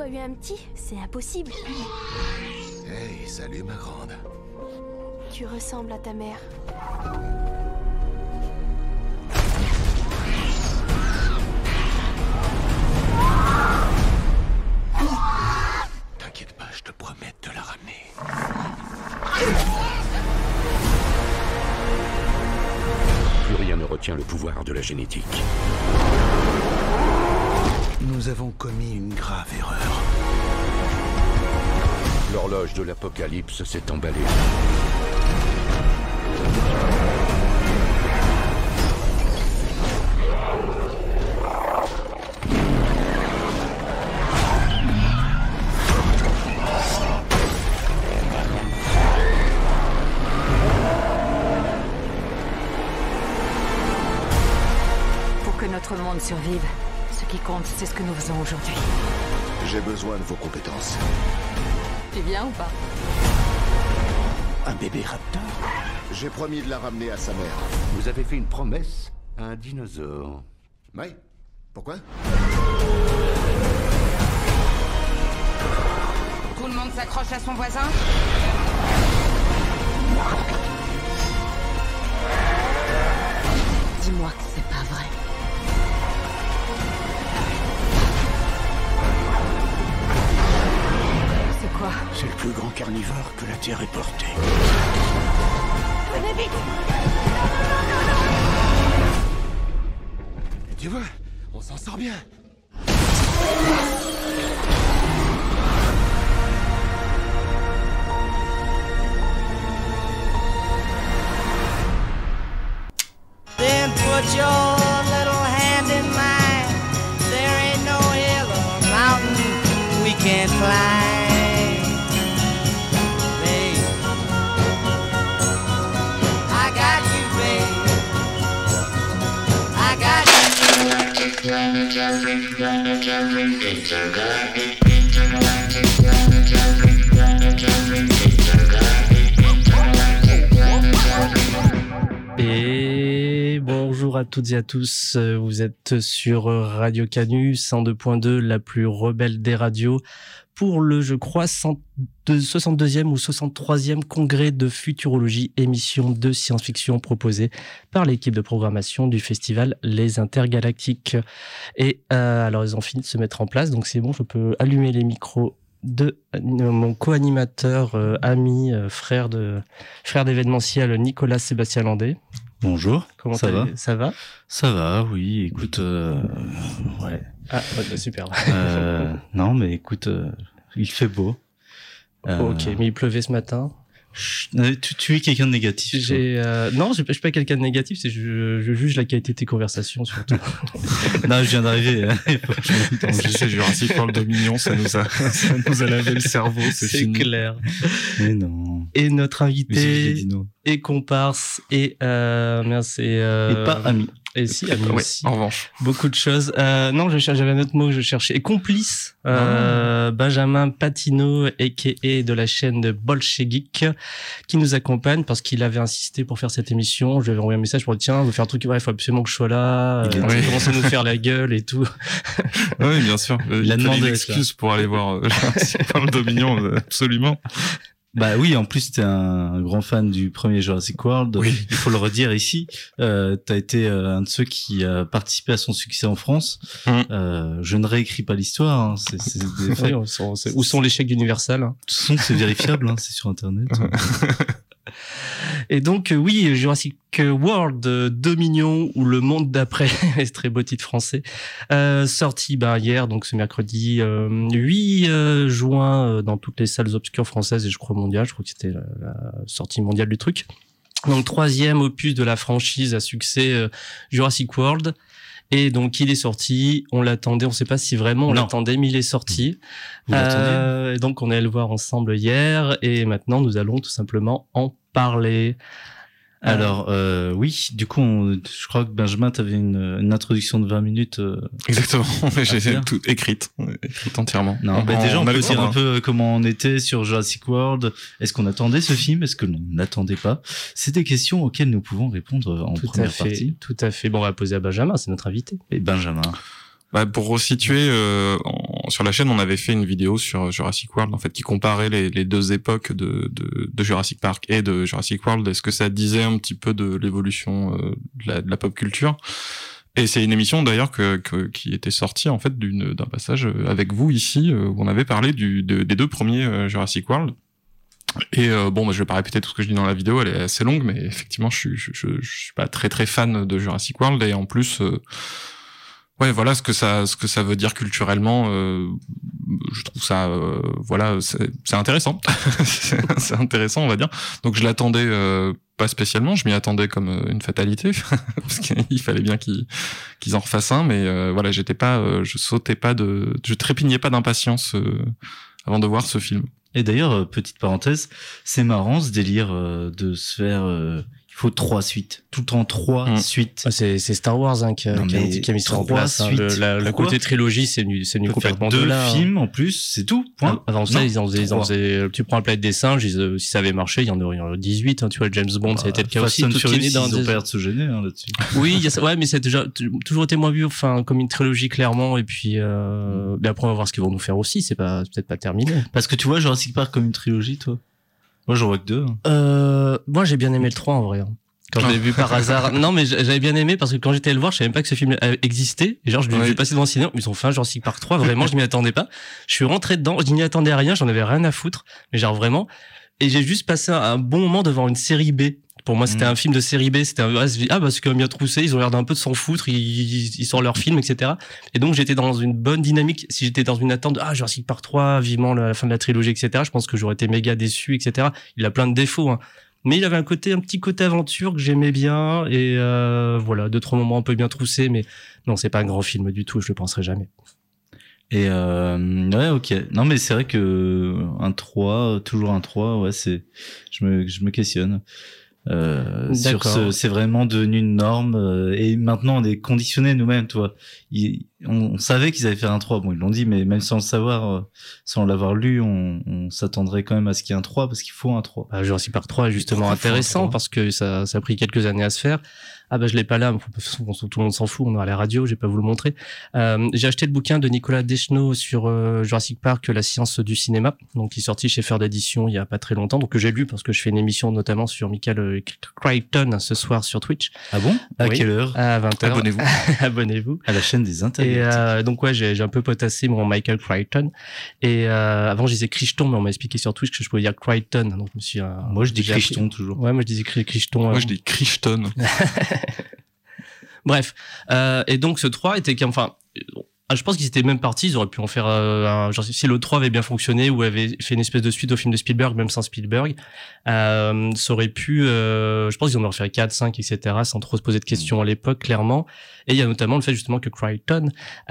a eu un petit, c'est impossible. Hey, salut ma grande. Tu ressembles à ta mère. T'inquiète pas, je te promets de la ramener. Plus rien ne retient le pouvoir de la génétique. Nous avons commis une grave erreur. L'horloge de l'apocalypse s'est emballée. Pour que notre monde survive, ce qui compte, c'est ce que nous faisons aujourd'hui. J'ai besoin de vos compétences. Tu viens ou pas? Un bébé raptor? J'ai promis de la ramener à sa mère. Vous avez fait une promesse à un dinosaure. Oui. Pourquoi? Tout le monde s'accroche à son voisin? Dis-moi que c'est pas vrai. C'est quoi? C'est le plus grand carnivore que la Terre ait porté. Venez vite! Tu vois, on s'en sort bien. Then put your little hand in mine. There ain't no hill or mountain we can't climb. Babe, I got you, babe. I got you. Et bonjour à toutes et à tous, vous êtes sur Radio Canu 102.2, la plus rebelle des radios, pour le, je crois, 62e ou 63e congrès de futurologie, émission de science-fiction proposée par l'équipe de programmation du festival Les Intergalactiques. Et alors, ils ont fini de se mettre en place, donc c'est bon, je peux allumer les micros de mon co-animateur, ami, frère d'événementiel Nicolas Sébastien Landé. Bonjour. Comment ça va? Ça va? Ça va, oui. Écoute, ouais. Ah, ouais, super. Non, mais écoute, il fait beau. Ok, mais il pleuvait ce matin. Tu es quelqu'un de négatif. Non, je suis pas quelqu'un de négatif, c'est je juge la qualité de tes conversations surtout. Non, je viens d'arriver. C'est Jurassic World Dominion, ça nous a lavé le cerveau, c'est fini. Clair. Mais non. Et notre invité et comparse et merci. Et pas ami. Et si, ami aussi. En revanche. Beaucoup de choses. Non, j'avais un autre mot que je cherchais. Et complice, Benjamin Patino, a.k.a. de la chaîne de Bolchegeek, qui nous accompagne parce qu'il avait insisté pour faire cette émission. Je lui avais envoyé un message pour dire, tiens, on veut faire un truc, il faut absolument que je sois là. Il commence à nous faire la gueule et tout. Oui, bien sûr. Il a demandé une excuse pour aller voir le Dominion, absolument. Bah oui, en plus t'es un grand fan du premier Jurassic World. Oui. Il faut le redire ici. T'as été un de ceux qui a participé à son succès en France. Je ne réécris pas l'histoire. Hein. C'est des faits. Oui, où sont l'échec d'Universal? De toute façon, c'est vérifiable. Hein. C'est sur Internet. Et donc, oui, Jurassic World Dominion ou Le Monde d'après, c'est très beau titre français, sorti hier, donc ce mercredi 8 juin dans toutes les salles obscures françaises et je crois mondiales. Je crois que c'était la sortie mondiale du truc. Donc, 3e opus de la franchise à succès Jurassic World. Et donc, il est sorti, on l'attendait, on sait pas si vraiment on l'attendait, mais il est sorti. Vous l'attendiez? Donc, on est allé le voir ensemble hier, et maintenant, nous allons tout simplement en parler. Alors, oui, du coup, je crois que Benjamin, t'avais une introduction de 20 minutes. Exactement, j'ai tout écrite entièrement. Non, déjà, on peut dire un peu comment on était sur Jurassic World. Est-ce qu'on attendait ce film? Est-ce que l'on n'attendait pas? C'est des questions auxquelles nous pouvons répondre en première partie. Tout à fait. Bon, on va poser à Benjamin, c'est notre invité. Et Benjamin. Pour resituer, sur la chaîne, on avait fait une vidéo sur Jurassic World, en fait, qui comparait les deux époques de Jurassic Park et de Jurassic World. Est-ce que ça disait un petit peu de l'évolution de la pop culture? Et c'est une émission d'ailleurs qui était sortie en fait d'un passage avec vous ici où on avait parlé des deux premiers Jurassic World. Et je vais pas répéter tout ce que je dis dans la vidéo, elle est assez longue, mais effectivement je suis pas très très fan de Jurassic World, et en plus voilà ce que ça veut dire culturellement, je trouve ça c'est intéressant. C'est intéressant, on va dire. Donc je l'attendais pas spécialement, je m'y attendais comme une fatalité parce qu'il fallait bien qu'ils en refassent un, mais je trépignais pas d'impatience avant de voir ce film. Et d'ailleurs, petite parenthèse, c'est marrant ce délire de se faire... il faut 3 suites, tout le temps 3 suites. C'est Star Wars qui a mis ça en place. Le côté trilogie, c'est venu complètement de là. 2 films en plus, c'est tout. Point. Avant ça, ils en faisaient. Tu prends la planète des singes, si ça avait marché, il y en aurait 18. Tu vois, James Bond, ça a été le cas aussi. Tout ce qui est né dans des... Ils ont pas de se gêner là-dessus. Oui, mais c'est déjà toujours été moins vu, comme une trilogie clairement. Et puis, mais après on va voir ce qu'ils vont nous faire aussi. C'est peut-être pas terminé. Parce que tu vois Jurassic Park comme une trilogie, toi. Moi, j'en vois que 2. Moi, j'ai bien aimé le 3, en vrai. Quand je l'ai vu par hasard. Non, mais j'avais bien aimé parce que quand j'étais allé le voir, je savais même pas que ce film existait. Et genre, je l'ai vu passer devant le cinéma. Ils ont fait un Jurassic Park 3. Vraiment, je m'y attendais pas. Je suis rentré dedans. Je n'y attendais à rien. J'en avais rien à foutre. Mais genre, vraiment. Et j'ai juste passé un bon moment devant une série B. Pour moi, c'était un film de série B. C'était c'est quand même bien troussé. Ils ont l'air d'un peu de s'en foutre. Ils sortent leur film, etc. Et donc, j'étais dans une bonne dynamique. Si j'étais dans une attente Jurassic Park 3, vivement la fin de la trilogie, etc., je pense que j'aurais été méga déçu, etc. Il a plein de défauts, hein. Mais il avait un petit côté aventure que j'aimais bien. Et 2-3 moments un peu bien troussés. Mais non, c'est pas un grand film du tout. Je le penserai jamais. Et ouais, ok. Non, mais c'est vrai que toujours un 3, je me questionne. C'est vraiment devenu une norme, et maintenant on est conditionné nous-mêmes, tu vois. On savait qu'ils allaient faire un 3, bon ils l'ont dit, mais même sans le savoir, sans l'avoir lu, on s'attendrait quand même à ce qu'il y ait un 3, parce qu'il faut un 3. Jurassic Park 3 est justement intéressant parce que ça a pris quelques années à se faire. Je l'ai pas là, tout le monde s'en fout, on est à la radio, j'ai pas vous le montrer. J'ai acheté le bouquin de Nicolas Deschenaux sur Jurassic Park, La science du cinéma, donc qui est sorti chez Faire d'édition il y a pas très longtemps, donc que j'ai lu parce que je fais une émission notamment sur Michael Crichton ce soir sur Twitch. Ah bon? À quelle heure? À 20h. Abonnez-vous. Abonnez-vous. À la chaîne des internets. Et donc j'ai un peu potassé mon Michael Crichton. Et avant je disais Crichton, mais on m'a expliqué sur Twitch que je pouvais dire Crichton, donc je me suis... moi je dis Crichton toujours. Ouais, moi je disais Crichton. Moi je dis Crichton. Bref, et donc ce 3 était je pense qu'ils étaient même partis, ils auraient pu en faire genre si le 3 avait bien fonctionné ou avait fait une espèce de suite au film de Spielberg, même sans Spielberg, ça aurait pu, je pense qu'ils en auraient fait 4, 5, etc., sans trop se poser de questions à l'époque, clairement. Et il y a notamment le fait justement que Crichton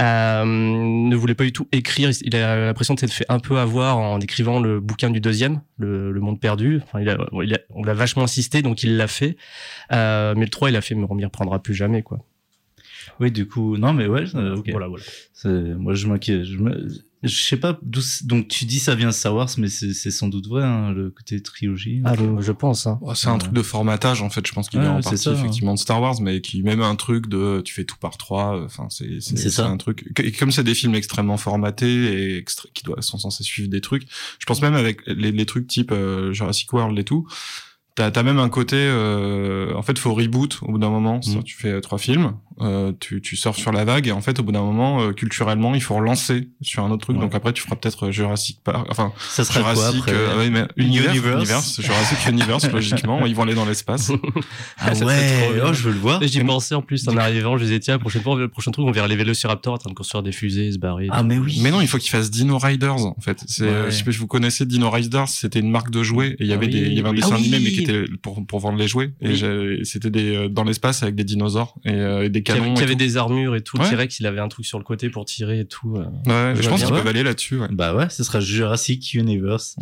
ne voulait pas du tout écrire, il a l'impression de s'être fait un peu avoir en écrivant le bouquin du deuxième, le Monde perdu. Enfin, on l'a vachement insisté, donc il l'a fait. Mais le 3, il a fait, mais on m'y reprendra plus jamais, quoi. Oui, du coup, non, mais ouais, ok. Voilà. Moi, je m'inquiète. Je sais pas d'où. Donc, tu dis ça vient de Star Wars, mais c'est sans doute vrai, hein, le côté trilogie. Je pense. Hein. C'est un truc de formatage, en fait. Je pense qu'il est en partie effectivement de Star Wars, mais qui même un truc de tu fais tout par 3. Enfin, c'est un truc. Et comme c'est des films extrêmement formatés et qui sont censés suivre des trucs, je pense même avec les trucs type Jurassic World et tout. T'as même un côté, en fait, faut reboot au bout d'un moment. Tu fais 3 films, tu surfes sur la vague et en fait, au bout d'un moment, culturellement, il faut relancer sur un autre truc. Donc après, tu feras peut-être Jurassic Park, enfin, ça sera Jurassic, quoi après mais Universe, Jurassic Universe, logiquement, ils vont aller dans l'espace. Je veux le voir. J'y pensais en plus en arrivant, je disais tiens, le prochain truc, on verra les Vélociraptors en train de construire des fusées, se barrer. Mais oui. Mais non, il faut qu'ils fassent Dino Riders, en fait. Je sais pas si vous connaissez Dino Riders, c'était une marque de jouets et il y avait un dessin animé, mais qui était pour vendre les jouets, et c'était dans l'espace avec des dinosaures et des canons qui avaient des armures et tout. T-Rex, il avait un truc sur le côté pour tirer et tout. Je pense qu'ils peuvent aller là-dessus. Ce sera Jurassic Universe,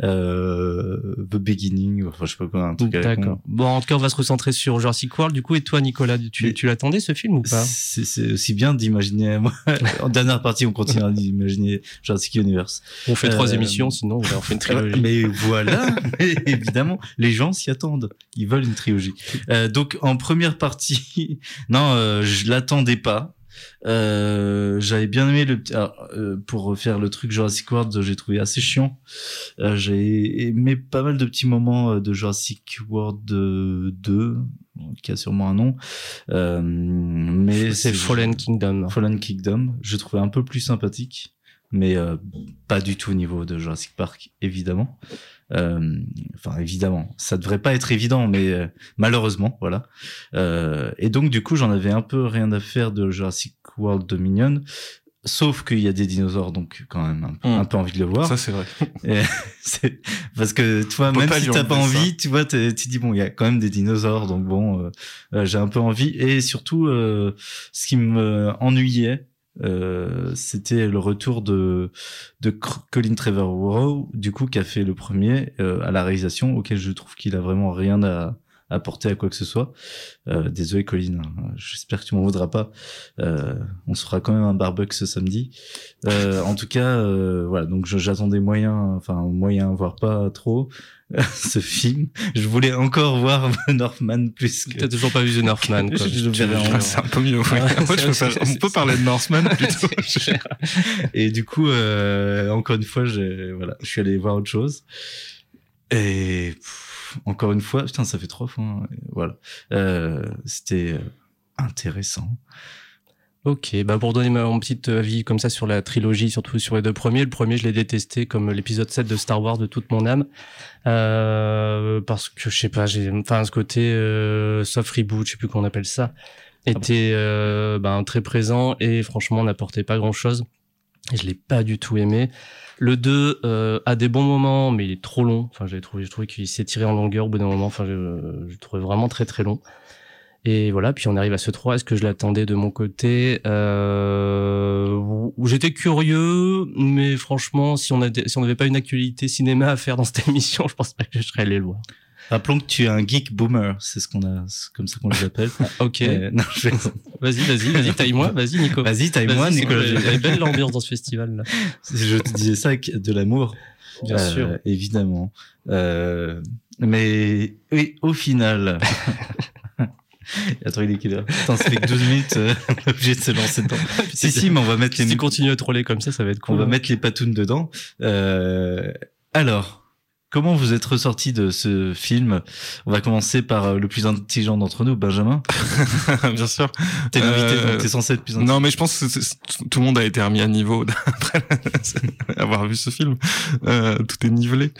The Beginning, enfin je sais pas quoi, un truc. D'accord. Bon, en tout cas, on va se recentrer sur Jurassic World. Du coup, et toi, Nicolas, tu l'attendais ce film ou pas? C'est aussi bien d'imaginer. En dernière partie, on continue d'imaginer Jurassic Universe. On fait 3 émissions, sinon on fait une trilogie. Mais voilà, évidemment, les gens s'y attendent. Ils veulent une trilogie. Donc en première partie, non, je l'attendais pas. J'avais bien aimé pour faire le truc Jurassic World, j'ai trouvé assez chiant. J'ai aimé pas mal de petits moments de Jurassic World 2, qui a sûrement un nom. Mais c'est Fallen Kingdom. Fallen Kingdom, je trouvais un peu plus sympathique, mais pas du tout au niveau de Jurassic Park, évidemment. Enfin, évidemment, ça devrait pas être évident, mais malheureusement, voilà. Et donc, du coup, j'en avais un peu rien à faire de Jurassic World Dominion, sauf qu'il y a des dinosaures, donc quand même un peu envie de le voir. Ça, c'est vrai. C'est parce que toi, même si t'as pas envie, tu vois, tu dis bon, il y a quand même des dinosaures, donc bon, j'ai un peu envie. Et surtout, ce qui me ennuyait, c'était le retour de Colin Trevorrow, du coup, qui a fait le premier à la réalisation, auquel je trouve qu'il a vraiment rien à apporter à quoi que ce soit. Désolé Colin, j'espère que tu m'en voudras pas. On se fera quand même un barbecue ce samedi. En tout cas, voilà, donc j'attendais moyen, voire pas trop, ce film. Je voulais encore voir The Northman plus que... T'as toujours pas vu The Northman, quoi. C'est un peu mieux, oui. On peut parler de Northman plutôt. Et du coup, encore une fois, je suis allé voir autre chose. Et encore une fois, putain, ça fait 3 fois. Hein. Voilà, c'était intéressant. Ok, bah pour donner mon petit avis comme ça sur la trilogie, surtout sur les 2 premiers. Le premier, je l'ai détesté comme l'épisode 7 de Star Wars de toute mon âme, parce que je sais pas, ce côté soft reboot, je sais plus comment on appelle ça, était très présent et franchement n'apportait pas grand chose. Et je l'ai pas du tout aimé. Le 2 a des bons moments, mais il est trop long. Enfin, je trouvais qu'il s'est tiré en longueur au bout d'un moment. Enfin, je le trouvais vraiment très très long. Et voilà, puis on arrive à ce 3. Est-ce que je l'attendais de mon côté où j'étais curieux, mais franchement, si on n'avait pas une actualité cinéma à faire dans cette émission, je pense pas que je serais allé le voir. Rappelons que tu es un geek boomer, c'est comme ça qu'on les appelle. Ok. Non, vas-y, taille-moi, vas-y Nico. Vas-y, taille-moi, Nicolas. Il y avait belle l'ambiance dans ce festival là. Je te disais ça avec de l'amour. Bien sûr. Évidemment. Mais oui, au final... Attends, il est quelle heure? Putain, ça fait que 12 minutes, on est obligé de se lancer dedans. si, mais on va mettre si tu continues à troller comme ça va être cool. On va mettre les patounes dedans. Alors, comment vous êtes ressorti de ce film? On va commencer par le plus intelligent d'entre nous, Benjamin. Bien sûr. T'es l'invité, donc t'es censé être plus intelligent. Non, mais je pense que tout le monde a été remis à niveau après avoir vu ce film. Tout est nivelé.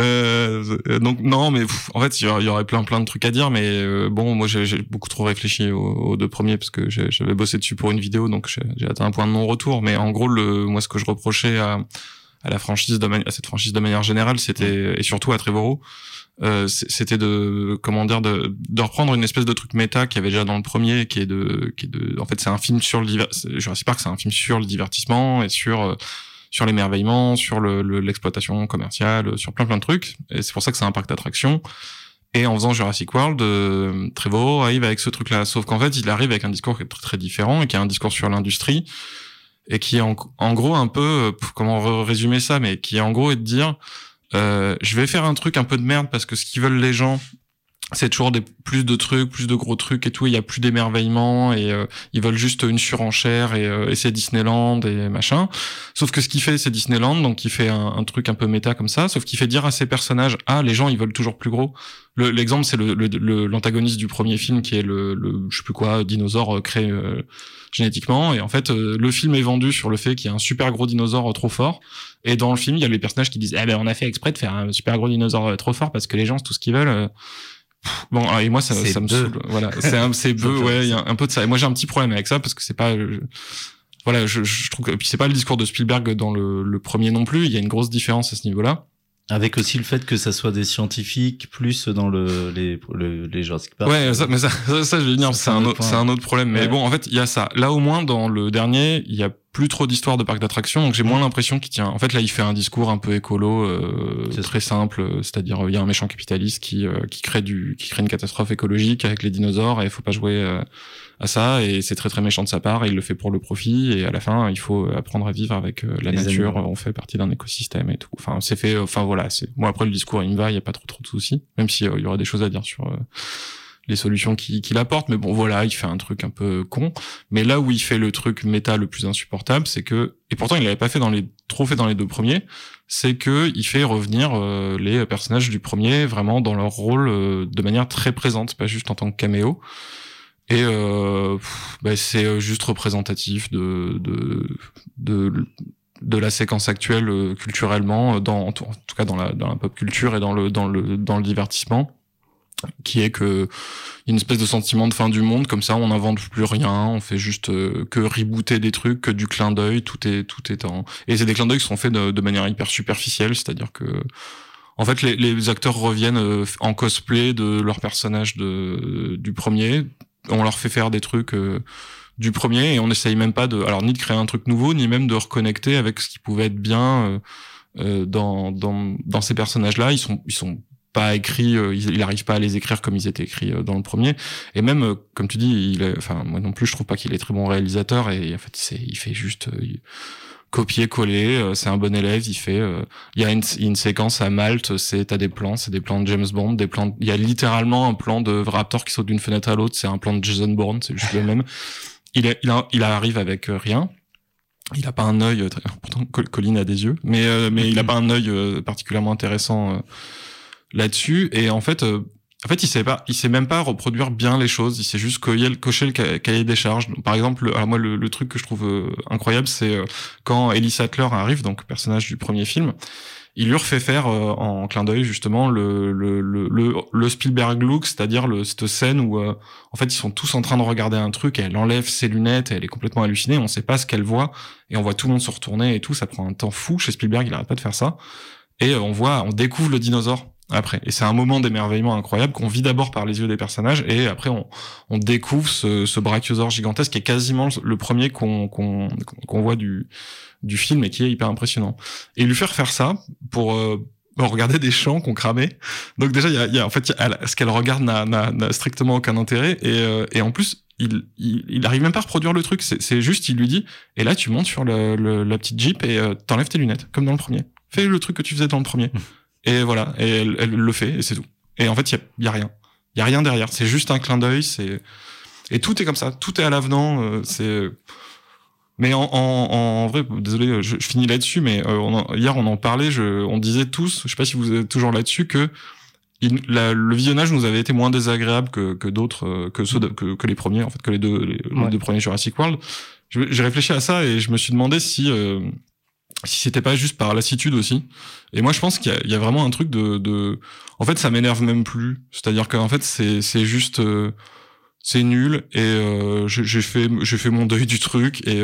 Donc non, mais en fait, il y aurait plein de trucs à dire, mais bon, moi j'ai beaucoup trop réfléchi aux 2 premiers parce que j'avais bossé dessus pour une vidéo, donc j'ai atteint un point de non-retour. Mais en gros, moi, ce que je reprochais à la franchise à cette franchise de manière générale, c'était, et surtout à Trevorrow, c'était de reprendre une espèce de truc méta qu'il y avait déjà dans le premier, qui est en fait, c'est un film sur Jurassic Park, c'est un film sur le divertissement et sur l'émerveillement, sur l'exploitation commerciale, sur plein de trucs. Et c'est pour ça que c'est un parc d'attractions. Et en faisant Jurassic World, Trevorrow arrive avec ce truc-là. Sauf qu'en fait, il arrive avec un discours qui est très, très différent et qui est un discours sur l'industrie. Et qui est en gros un peu, comment résumer ça, mais qui est en gros est de dire, je vais faire un truc un peu de merde parce que ce qu'ils veulent les gens, c'est toujours plus de trucs, plus de gros trucs et tout, il y a plus d'émerveillement et ils veulent juste une surenchère et c'est Disneyland et machin. Sauf que ce qu'il fait, c'est Disneyland, donc il fait un truc un peu méta comme ça, sauf qu'il fait dire à ses personnages, les gens ils veulent toujours plus gros. L'exemple, c'est l'antagoniste du premier film qui est le je sais plus quoi, dinosaure créé génétiquement, et en fait le film est vendu sur le fait qu'il y a un super gros dinosaure trop fort, et dans le film il y a les personnages qui disent on a fait exprès de faire un super gros dinosaure trop fort parce que les gens c'est tout ce qu'ils veulent. Bon, et moi ça me saoule. Voilà, c'est bœuf, ouais, il y a un peu de ça. Et moi j'ai un petit problème avec ça parce que c'est pas voilà, je trouve que puis c'est pas le discours de Spielberg dans le premier non plus, il y a une grosse différence à ce niveau-là. Avec aussi le fait que ça soit des scientifiques plus dans les Jurassic Park. Ouais, ça je vais dire, c'est un autre problème. Mais bon, en fait, il y a ça. Là, au moins, dans le dernier, il y a plus trop d'histoires de parc d'attractions, donc j'ai moins l'impression qu'il tient. En fait, là, il fait un discours un peu écolo, très simple, c'est-à-dire il y a un méchant capitaliste qui crée une catastrophe écologique avec les dinosaures et il faut pas jouer à ça, et c'est très très méchant de sa part, et il le fait pour le profit, et à la fin il faut apprendre à vivre avec la nature, on fait partie d'un écosystème et tout. Enfin, c'est fait, voilà, moi après le discours il me va, il y a pas trop de soucis, même s'il y aurait des choses à dire sur solutions qu'il apporte, mais bon voilà, il fait un truc un peu con. Mais là où il fait le truc méta le plus insupportable, c'est que, et pourtant il l'avait pas fait trop fait dans les 2 premiers, c'est que il fait revenir les personnages du premier vraiment dans leur rôle de manière très présente, pas juste en tant que caméo. Et c'est juste représentatif de la séquence actuelle culturellement, en tout cas dans la pop culture et dans le divertissement, qui est que une espèce de sentiment de fin du monde, comme ça on n'invente plus rien, on fait juste que rebooter des trucs, que du clin d'œil, tout est et c'est des clins d'œil qui sont faits de manière hyper superficielle, c'est-à-dire que en fait les acteurs reviennent en cosplay de leur personnage du premier, on leur fait faire des trucs du premier et on essaye même pas ni de créer un truc nouveau, ni même de reconnecter avec ce qui pouvait être bien dans ces personnages-là. Ils sont pas écrits, il arrive pas à les écrire comme ils étaient écrits dans le premier. Et même, comme tu dis, moi non plus, je trouve pas qu'il est très bon réalisateur. Et en fait, il fait juste copier-coller. C'est un bon élève. Il y a une séquence à Malte. T'as des plans, c'est des plans de James Bond, il y a littéralement un plan de Raptor qui saute d'une fenêtre à l'autre. C'est un plan de Jason Bourne. C'est juste le même. Il arrive avec rien. Il a pas un œil, pourtant Colin a des yeux, mais il a pas un œil particulièrement intéressant là-dessus. Et en fait, il sait même pas reproduire bien les choses. Il sait juste cocher le cahier des charges. Par exemple, alors moi, le truc que je trouve incroyable, c'est quand Ellie Sattler arrive, donc personnage du premier film, il lui refait faire en clin d'œil justement le Spielberg look, c'est-à-dire cette scène où en fait ils sont tous en train de regarder un truc et elle enlève ses lunettes et elle est complètement hallucinée, on sait pas ce qu'elle voit et on voit tout le monde se retourner et tout, ça prend un temps fou chez Spielberg, il arrête pas de faire ça et on découvre le dinosaure après et c'est un moment d'émerveillement incroyable qu'on vit d'abord par les yeux des personnages et après on découvre ce brachiosaure gigantesque qui est quasiment le premier qu'on voit du film et qui est hyper impressionnant. Et lui faire ça pour regarder des champs qu'on cramait. Donc déjà il y a en fait ce qu'elle regarde n'a strictement aucun intérêt et en plus il arrive même pas à reproduire le truc, c'est juste il lui dit et là tu montes sur la petite Jeep et t'enlèves tes lunettes comme dans le premier. Fais le truc que tu faisais dans le premier. Et voilà, et elle le fait et c'est tout. Et en fait il y a rien. Il y a rien derrière, c'est juste un clin d'œil, et tout est comme ça, tout est à l'avenant, mais en vrai, désolé, je finis là-dessus, mais hier on en parlait, on disait tous, je sais pas si vous êtes toujours là-dessus, que le visionnage nous avait été moins désagréable que d'autres, que les premiers, en fait, que les deux premiers Jurassic World. J'ai réfléchi à ça et je me suis demandé si c'était pas juste par lassitude aussi. Et moi je pense qu'il y a vraiment un truc en fait ça m'énerve même plus. C'est-à-dire qu'en fait c'est juste c'est nul et j'ai fait mon deuil du truc et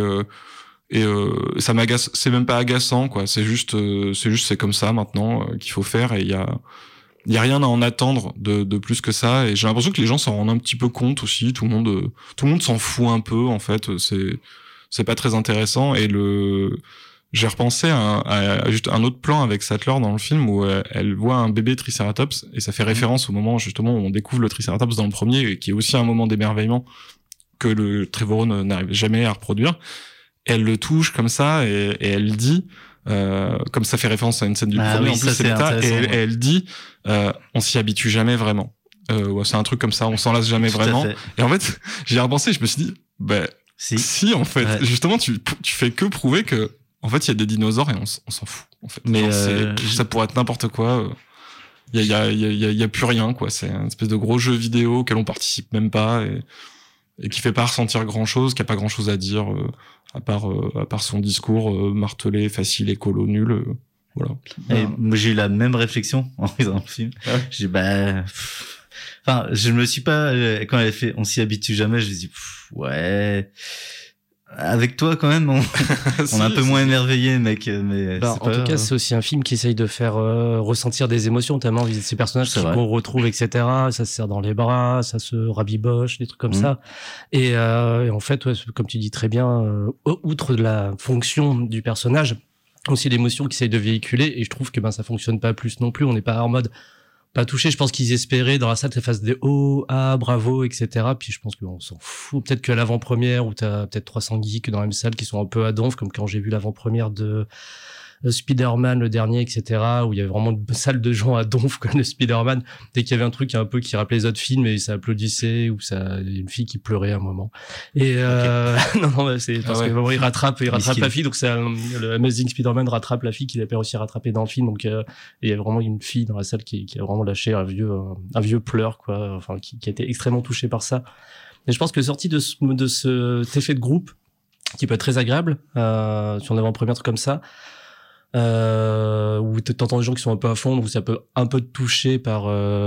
ça m'agace, c'est même pas agaçant quoi, c'est comme ça maintenant qu'il faut faire et il y a rien à en attendre de plus que ça et j'ai l'impression que les gens s'en rendent un petit peu compte aussi, tout le monde s'en fout un peu en fait, c'est pas très intéressant et j'ai repensé à juste un autre plan avec Sattler dans le film où elle voit un bébé Triceratops et ça fait référence au moment justement où on découvre le Triceratops dans le premier et qui est aussi un moment d'émerveillement que le Trevorrow n'arrive jamais à reproduire. Et elle le touche comme ça et elle dit comme ça fait référence à une scène du premier en plus c'est méta et elle dit on s'y habitue jamais vraiment. C'est un truc comme ça, on s'en lasse jamais vraiment. Et en fait, j'y ai repensé, je me suis dit si en fait, justement tu fais que prouver que en fait, il y a des dinosaures et on s'en fout. En fait, mais ça pourrait être n'importe quoi. Il y a plus rien quoi. C'est une espèce de gros jeu vidéo auquel on participe même pas et qui fait pas ressentir grand chose, qui a pas grand chose à dire à part son discours martelé, facile, écolo, nul. Voilà. Et moi, j'ai eu la même réflexion en regardant le film. J'ai enfin, je me suis pas quand elle a fait, on s'y habitue jamais. Je me dis ouais. Avec toi quand même on est un peu moins émerveillé mec mais en tout cas c'est aussi un film qui essaye de faire ressentir des émotions tellement ces personnages qu'on retrouve etc, ça se serre dans les bras, ça se rabiboche, des trucs comme ça et en fait comme tu dis très bien outre de la fonction du personnage aussi l'émotion qu'ils essayent de véhiculer et je trouve que ça fonctionne pas plus non plus, on n'est pas en mode pas touché, je pense qu'ils espéraient dans la salle que ça fasse des oh, ah, bravo, etc. Puis je pense qu'on s'en fout. Peut-être qu'à l'avant-première, où t'as peut-être 300 geeks dans la même salle qui sont un peu à donf, comme quand j'ai vu l'avant-première de Spider-Man, le dernier, etc., où il y avait vraiment une salle de gens à donf, comme le Spider-Man. Dès qu'il y avait un truc un peu qui rappelait les autres films, et ça applaudissait, ou ça, il y a une fille qui pleurait à un moment. Et non, c'est parce que vraiment, il rattrape la fille, donc c'est le Amazing Spider-Man rattrape la fille qu'il avait pas réussi à rattraper dans le film, donc il y a vraiment une fille dans la salle qui a vraiment lâché un vieux pleur, quoi, enfin qui a été extrêmement touché par ça. Et je pense que sorti de cet effet de groupe, qui peut être très agréable, si on avait un premier truc comme ça, où t'entends des gens qui sont un peu à fond, où ça peut un peu te toucher par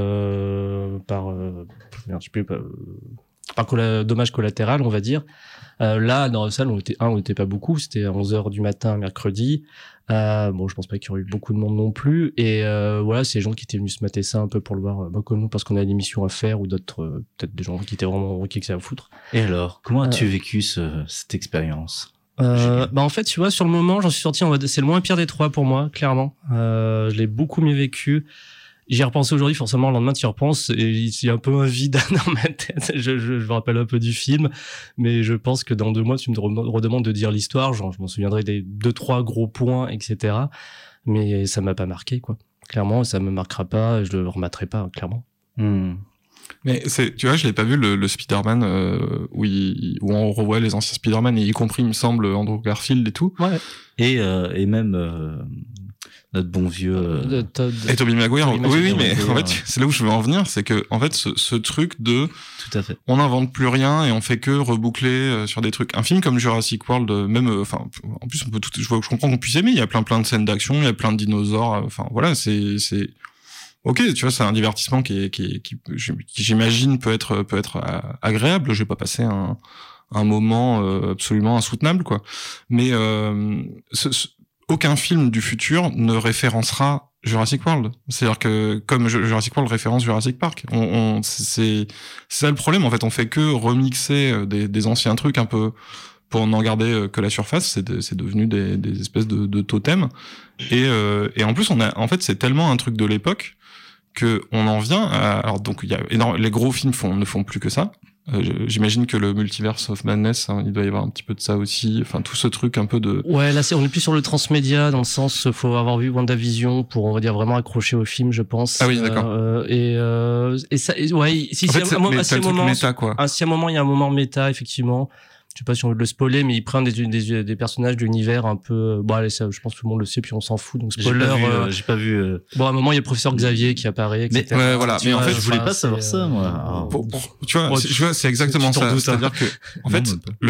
dommage collatéral, on va dire. Là, dans la salle, on était pas beaucoup, c'était à 11h du matin, mercredi. Je pense pas qu'il y aurait eu beaucoup de monde non plus. Et voilà, c'est les gens qui étaient venus se mater ça un peu pour le voir, comme nous, parce qu'on a une émission à faire, ou d'autres, peut-être des gens qui étaient vraiment qui que ça à foutre. Et alors, comment as-tu vécu cette expérience? En fait, tu vois, sur le moment, j'en suis sorti en mode, c'est le moins pire des trois pour moi, clairement. Je l'ai beaucoup mieux vécu. J'y ai repensé aujourd'hui, forcément, le lendemain, tu y repenses, et il y a un peu un vide dans ma tête. Je me rappelle un peu du film, mais je pense que dans 2 mois, tu me redemandes de dire l'histoire, genre, je m'en souviendrai des 2-3 gros points, etc. Mais ça m'a pas marqué, quoi. Clairement, ça me marquera pas, je le remettrai pas, clairement. Mais tu vois, je l'ai pas vu le Spider-Man où on revoit les anciens Spider-Man, et y compris, il me semble, Andrew Garfield et tout. Ouais. Et même notre bon vieux et Tobey Maguire. Oui, mais en fait, c'est là où je veux en venir, c'est que en fait, ce truc de tout à fait, on n'invente plus rien et on fait que reboucler sur des trucs. Un film comme Jurassic World, même, en plus, on peut je comprends qu'on puisse aimer. Il y a plein de scènes d'action, il y a plein de dinosaures. Enfin, voilà, c'est ok, tu vois, c'est un divertissement qui j'imagine peut être agréable. Je vais pas passer un moment absolument insoutenable, quoi. Mais aucun film du futur ne référencera Jurassic World. C'est-à-dire que comme Jurassic World référence Jurassic Park, c'est ça le problème. En fait, on fait que remixer des anciens trucs un peu pour n'en garder que la surface. C'est devenu des espèces de totems. Et en plus, en fait, c'est tellement un truc de l'époque que on en vient à, alors donc il y a les gros films ne font plus que ça. J'imagine que le Multiverse of Madness, il doit y avoir un petit peu de ça aussi. Enfin, tout ce truc un peu de... Ouais, là, on est plus sur le transmédia, dans le sens, faut avoir vu WandaVision pour, on va dire, vraiment accrocher au film, je pense. Ah oui, d'accord. Et ça, ouais, si, en fait, si à un moment, méta, quoi. Si à un moment, il y a un moment méta, effectivement. Je sais pas si on veut le spoiler, mais ils prennent des personnages d'univers un peu, allez, ça, je pense que tout le monde le sait, puis on s'en fout, donc spoiler. J'ai pas vu. Bon, à un moment, il y a le professeur Xavier qui apparaît, etc. Mais, ouais, voilà. Mais en fait, je voulais pas savoir ça, moi. Tu vois, c'est exactement ça. C'est-à-dire que, en fait,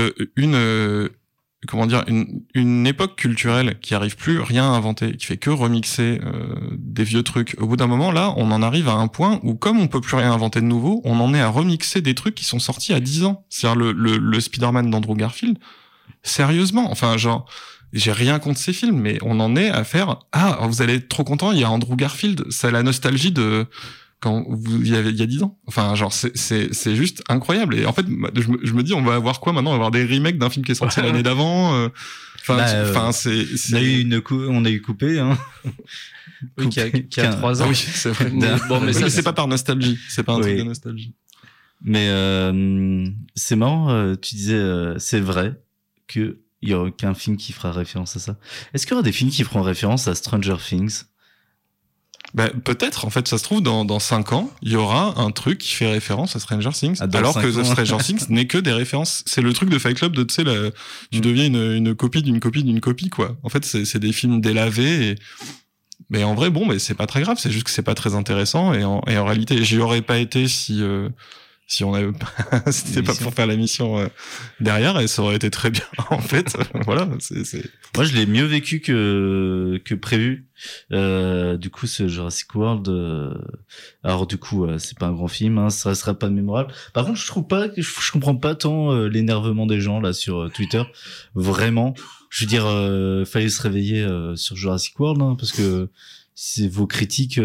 une époque culturelle qui arrive plus rien à inventer, qui fait que remixer des vieux trucs. Au bout d'un moment, là, on en arrive à un point où, comme on peut plus rien inventer de nouveau, on en est à remixer des trucs qui sont sortis à 10 ans. C'est-à-dire le Spider-Man d'Andrew Garfield. Sérieusement, enfin, genre, j'ai rien contre ces films, mais on en est à faire, vous allez être trop content, il y a Andrew Garfield, c'est la nostalgie de il y a 10 ans. Enfin, genre, c'est juste incroyable. Et en fait, je me dis, on va avoir quoi maintenant? On va avoir des remakes d'un film qui est sorti l'année d'avant. On a eu Coupé, hein. Oui, qui a 3 ans. Ah oui, c'est vrai. Mais ça, c'est pas par nostalgie. C'est pas un truc de nostalgie. Mais, c'est marrant, tu disais, c'est vrai que il y aura aucun film qui fera référence à ça. Est-ce qu'il y aura des films qui feront référence à Stranger Things? Peut-être, en fait, ça se trouve, dans 5 ans, il y aura un truc qui fait référence à Stranger Things, alors que Stranger Things n'est que des références. C'est le truc de Fight Club de, tu sais, tu deviens une copie d'une copie d'une copie, quoi. En fait, c'est des films délavés mais en vrai, c'est pas très grave, c'est juste que c'est pas très intéressant, et en réalité, j'y aurais pas été si on avait c'était pas pour faire la mission derrière, et ça aurait été très bien, en fait. Voilà, Moi, je l'ai mieux vécu que prévu. Du coup, ce Jurassic World, alors du coup, c'est pas un grand film, hein, ça restera pas mémorable. Par contre, je comprends pas tant l'énervement des gens là sur Twitter. Vraiment, je veux dire, fallait se réveiller sur Jurassic World, hein, parce que vos critiques,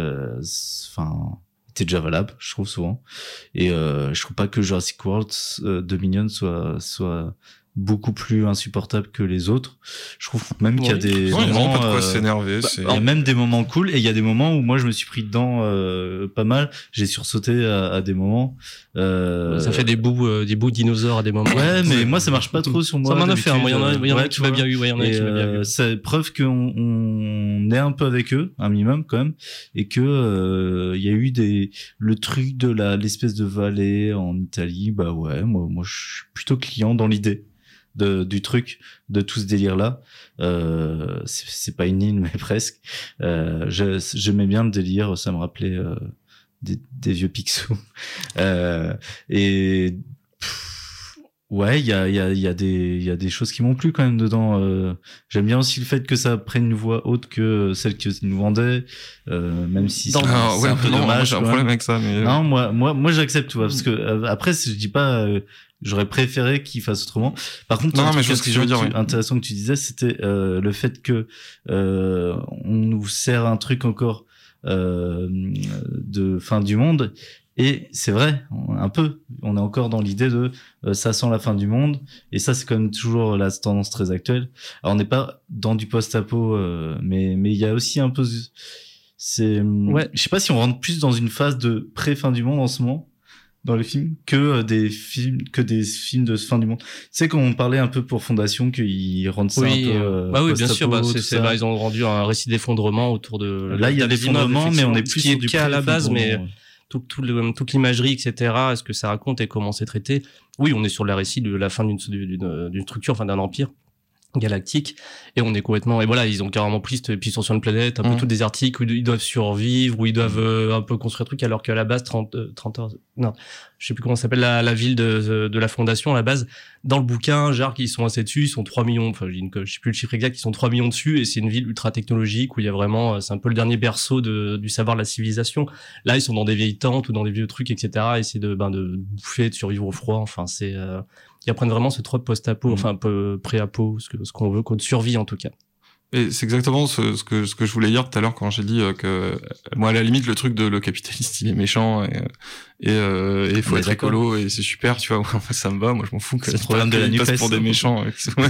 était déjà valable, je trouve, souvent. Et je trouve pas que Jurassic World Dominion soit beaucoup plus insupportable que les autres. Je trouve même qu'il y a des il y a vraiment moments, pas de quoi s'énerver. il y a même des moments cool et il y a des moments où moi je me suis pris dedans pas mal. J'ai sursauté à des moments. Ça fait des bouts dinosaures à des moments. Ouais, mais moi ça marche pas trop sur moi. Ça m'en a fait. Il y en a ouais, qui m'a bien eu. Ouais, il y en a qui m'a bien eu. C'est preuve qu'on est un peu avec eux, un minimum quand même, et que il y a eu le truc de l'espèce de vallée en Italie. Bah ouais, moi je suis plutôt client dans l'idée du truc, de tout ce délire là. C'est pas une ligne mais presque. J'aimais bien le délire, ça me rappelait des vieux Picsou. Et ouais, il y a des choses qui m'ont plu quand même dedans. J'aime bien aussi le fait que ça prenne une voix haute que celle qu'ils nous vendaient, même si c'est un peu dommage. J'ai un problème avec ça, mais non, moi j'accepte, tu vois, parce que après je dis pas j'aurais préféré qu'il fasse autrement. Par contre, non, mais je vois ce que je veux dire. Intéressant que tu disais, c'était le fait que on nous sert un truc encore de fin du monde. Et c'est vrai, un peu. On est encore dans l'idée de ça sent la fin du monde. Et ça, c'est quand même toujours la tendance très actuelle. Alors, on n'est pas dans du post-apo, mais il y a aussi un peu. Ouais. Je sais pas si on rentre plus dans une phase de pré-fin du monde en ce moment dans les films que des films de fin du monde. Tu sais, quand on parlait un peu pour Fondation qu'ils rendent ça un peu oui, bien sûr, ils ont rendu un récit d'effondrement autour de là il y a l'effondrement, mais on est plus sur du cas à la base, mais toute l'imagerie, etc. Est-ce que ça raconte et comment c'est traité? Oui, on est sur le récit de la fin d'une structure, enfin d'un empire galactique, et on est complètement, et voilà, ils ont carrément pris, puis ils sont sur une planète un peu tout désertique où ils doivent survivre, où ils doivent un peu construire un truc, alors qu'à la base 30 heures, non, je sais plus comment s'appelle la ville de la Fondation à la base, dans le bouquin, genre qu'ils sont assez dessus, ils sont 3 millions, enfin je sais plus le chiffre exact, ils sont 3 millions dessus, et c'est une ville ultra technologique où il y a vraiment, c'est un peu le dernier berceau du savoir de la civilisation. Là, ils sont dans des vieilles tentes ou dans des vieux trucs, etc., et essayer de bouffer, de survivre au froid, enfin c'est ils apprennent vraiment ce trope post-apo, enfin un peu pré-apo, ce qu'on veut, qu'on survit en tout cas. Et c'est exactement ce que je voulais dire tout à l'heure quand j'ai dit que moi à la limite le truc de le capitaliste il est méchant et faut être écolo et c'est super, tu vois, ça me va, moi je m'en fous que le problème de la NUPES passe pour des méchants.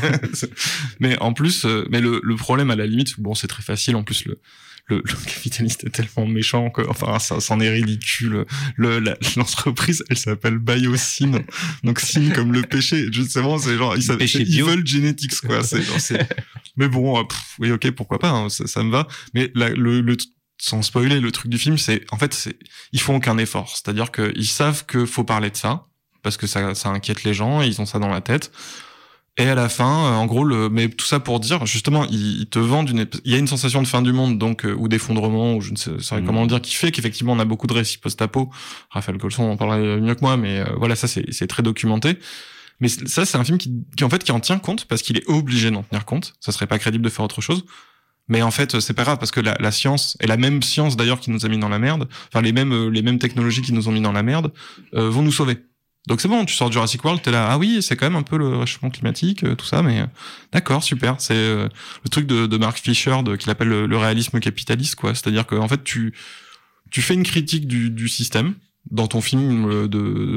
Mais en plus le problème à la limite, bon c'est très facile, en plus le capitaliste est tellement méchant que, enfin, ça c'en est ridicule. L'entreprise, elle s'appelle Biosyn. Donc, Syn comme le péché. Justement, c'est genre, ils veulent Genetics, quoi. Mais bon, oui, ok, pourquoi pas, hein, ça me va. Mais sans spoiler, le truc du film, ils font aucun effort. C'est-à-dire qu'ils savent que faut parler de ça, parce que ça inquiète les gens, et ils ont ça dans la tête. Et à la fin, en gros, mais tout ça pour dire, justement, ils te vendent il y a une sensation de fin du monde, donc, ou d'effondrement, ou je ne sais comment le dire, qui fait qu'effectivement, on a beaucoup de récits post-apo. Raphaël Colson en parlerait mieux que moi, mais voilà, ça, c'est très documenté. Mais ça, c'est un film qui en tient compte, parce qu'il est obligé d'en tenir compte. Ça serait pas crédible de faire autre chose. Mais en fait, c'est pas grave, parce que la science, et la même science d'ailleurs qui nous a mis dans la merde, enfin, les mêmes technologies qui nous ont mis dans la merde, vont nous sauver. Donc c'est bon, tu sors de Jurassic World, t'es là, ah oui, c'est quand même un peu le réchauffement climatique, tout ça, mais d'accord, super. C'est le truc de Mark Fisher qu'il appelle le réalisme capitaliste, quoi. C'est-à-dire que en fait, tu fais une critique du système dans ton film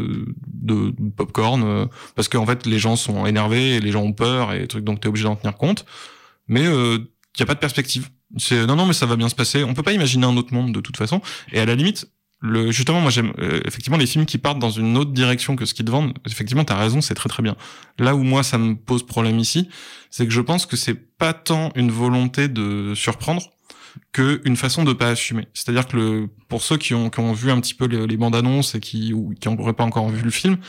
de popcorn, parce qu'en fait les gens sont énervés et les gens ont peur et trucs, donc t'es obligé d'en tenir compte. Mais y a pas de perspective. C'est non mais ça va bien se passer. On peut pas imaginer un autre monde de toute façon. Et à la limite, justement, moi j'aime effectivement les films qui partent dans une autre direction que ce qu'ils te vendent. Effectivement, t'as raison, c'est très très bien. Là où moi ça me pose problème ici, c'est que je pense que c'est pas tant une volonté de surprendre que une façon de pas assumer. C'est-à-dire que pour ceux qui ont vu un petit peu les bandes annonces et qui n'auraient pas encore vu le film,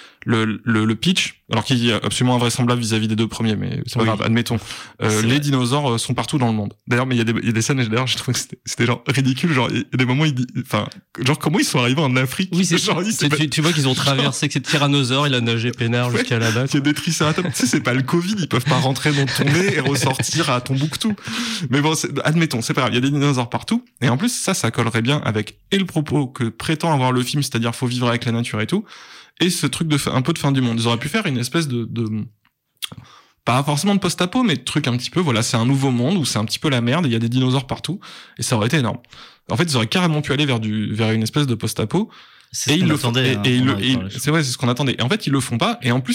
le pitch, alors qui est absolument invraisemblable vis-à-vis des deux premiers, mais c'est pas grave, admettons. Les dinosaures sont partout dans le monde. D'ailleurs, mais il y a des scènes, et d'ailleurs, j'ai trouvé que c'était genre ridicule, genre, il y a des moments où genre, comment ils sont arrivés en Afrique? Oui, c'est genre, tu vois qu'ils ont traversé, que c'est tyrannosaure, il a nagé peinard jusqu'à là-bas. Il y a des tricératops. Tu sais, c'est pas le Covid, ils peuvent pas rentrer dans ton nez et ressortir à Tombouctou. Mais bon, admettons, c'est pas grave, il y a des dinosaures partout. Et en plus, ça collerait bien avec, et le propos que prétend avoir le film, c'est-à-dire faut vivre avec la nature et tout. Et ce truc un peu de fin du monde. Ils auraient pu faire une espèce de pas forcément de post-apo, mais de truc un petit peu, voilà, c'est un nouveau monde où c'est un petit peu la merde, il y a des dinosaures partout, et ça aurait été énorme. En fait, ils auraient carrément pu aller vers une espèce de post-apo. C'est ce qu'on attendait. C'est vrai, c'est ce qu'on attendait. Et en fait, ils le font pas, et en plus,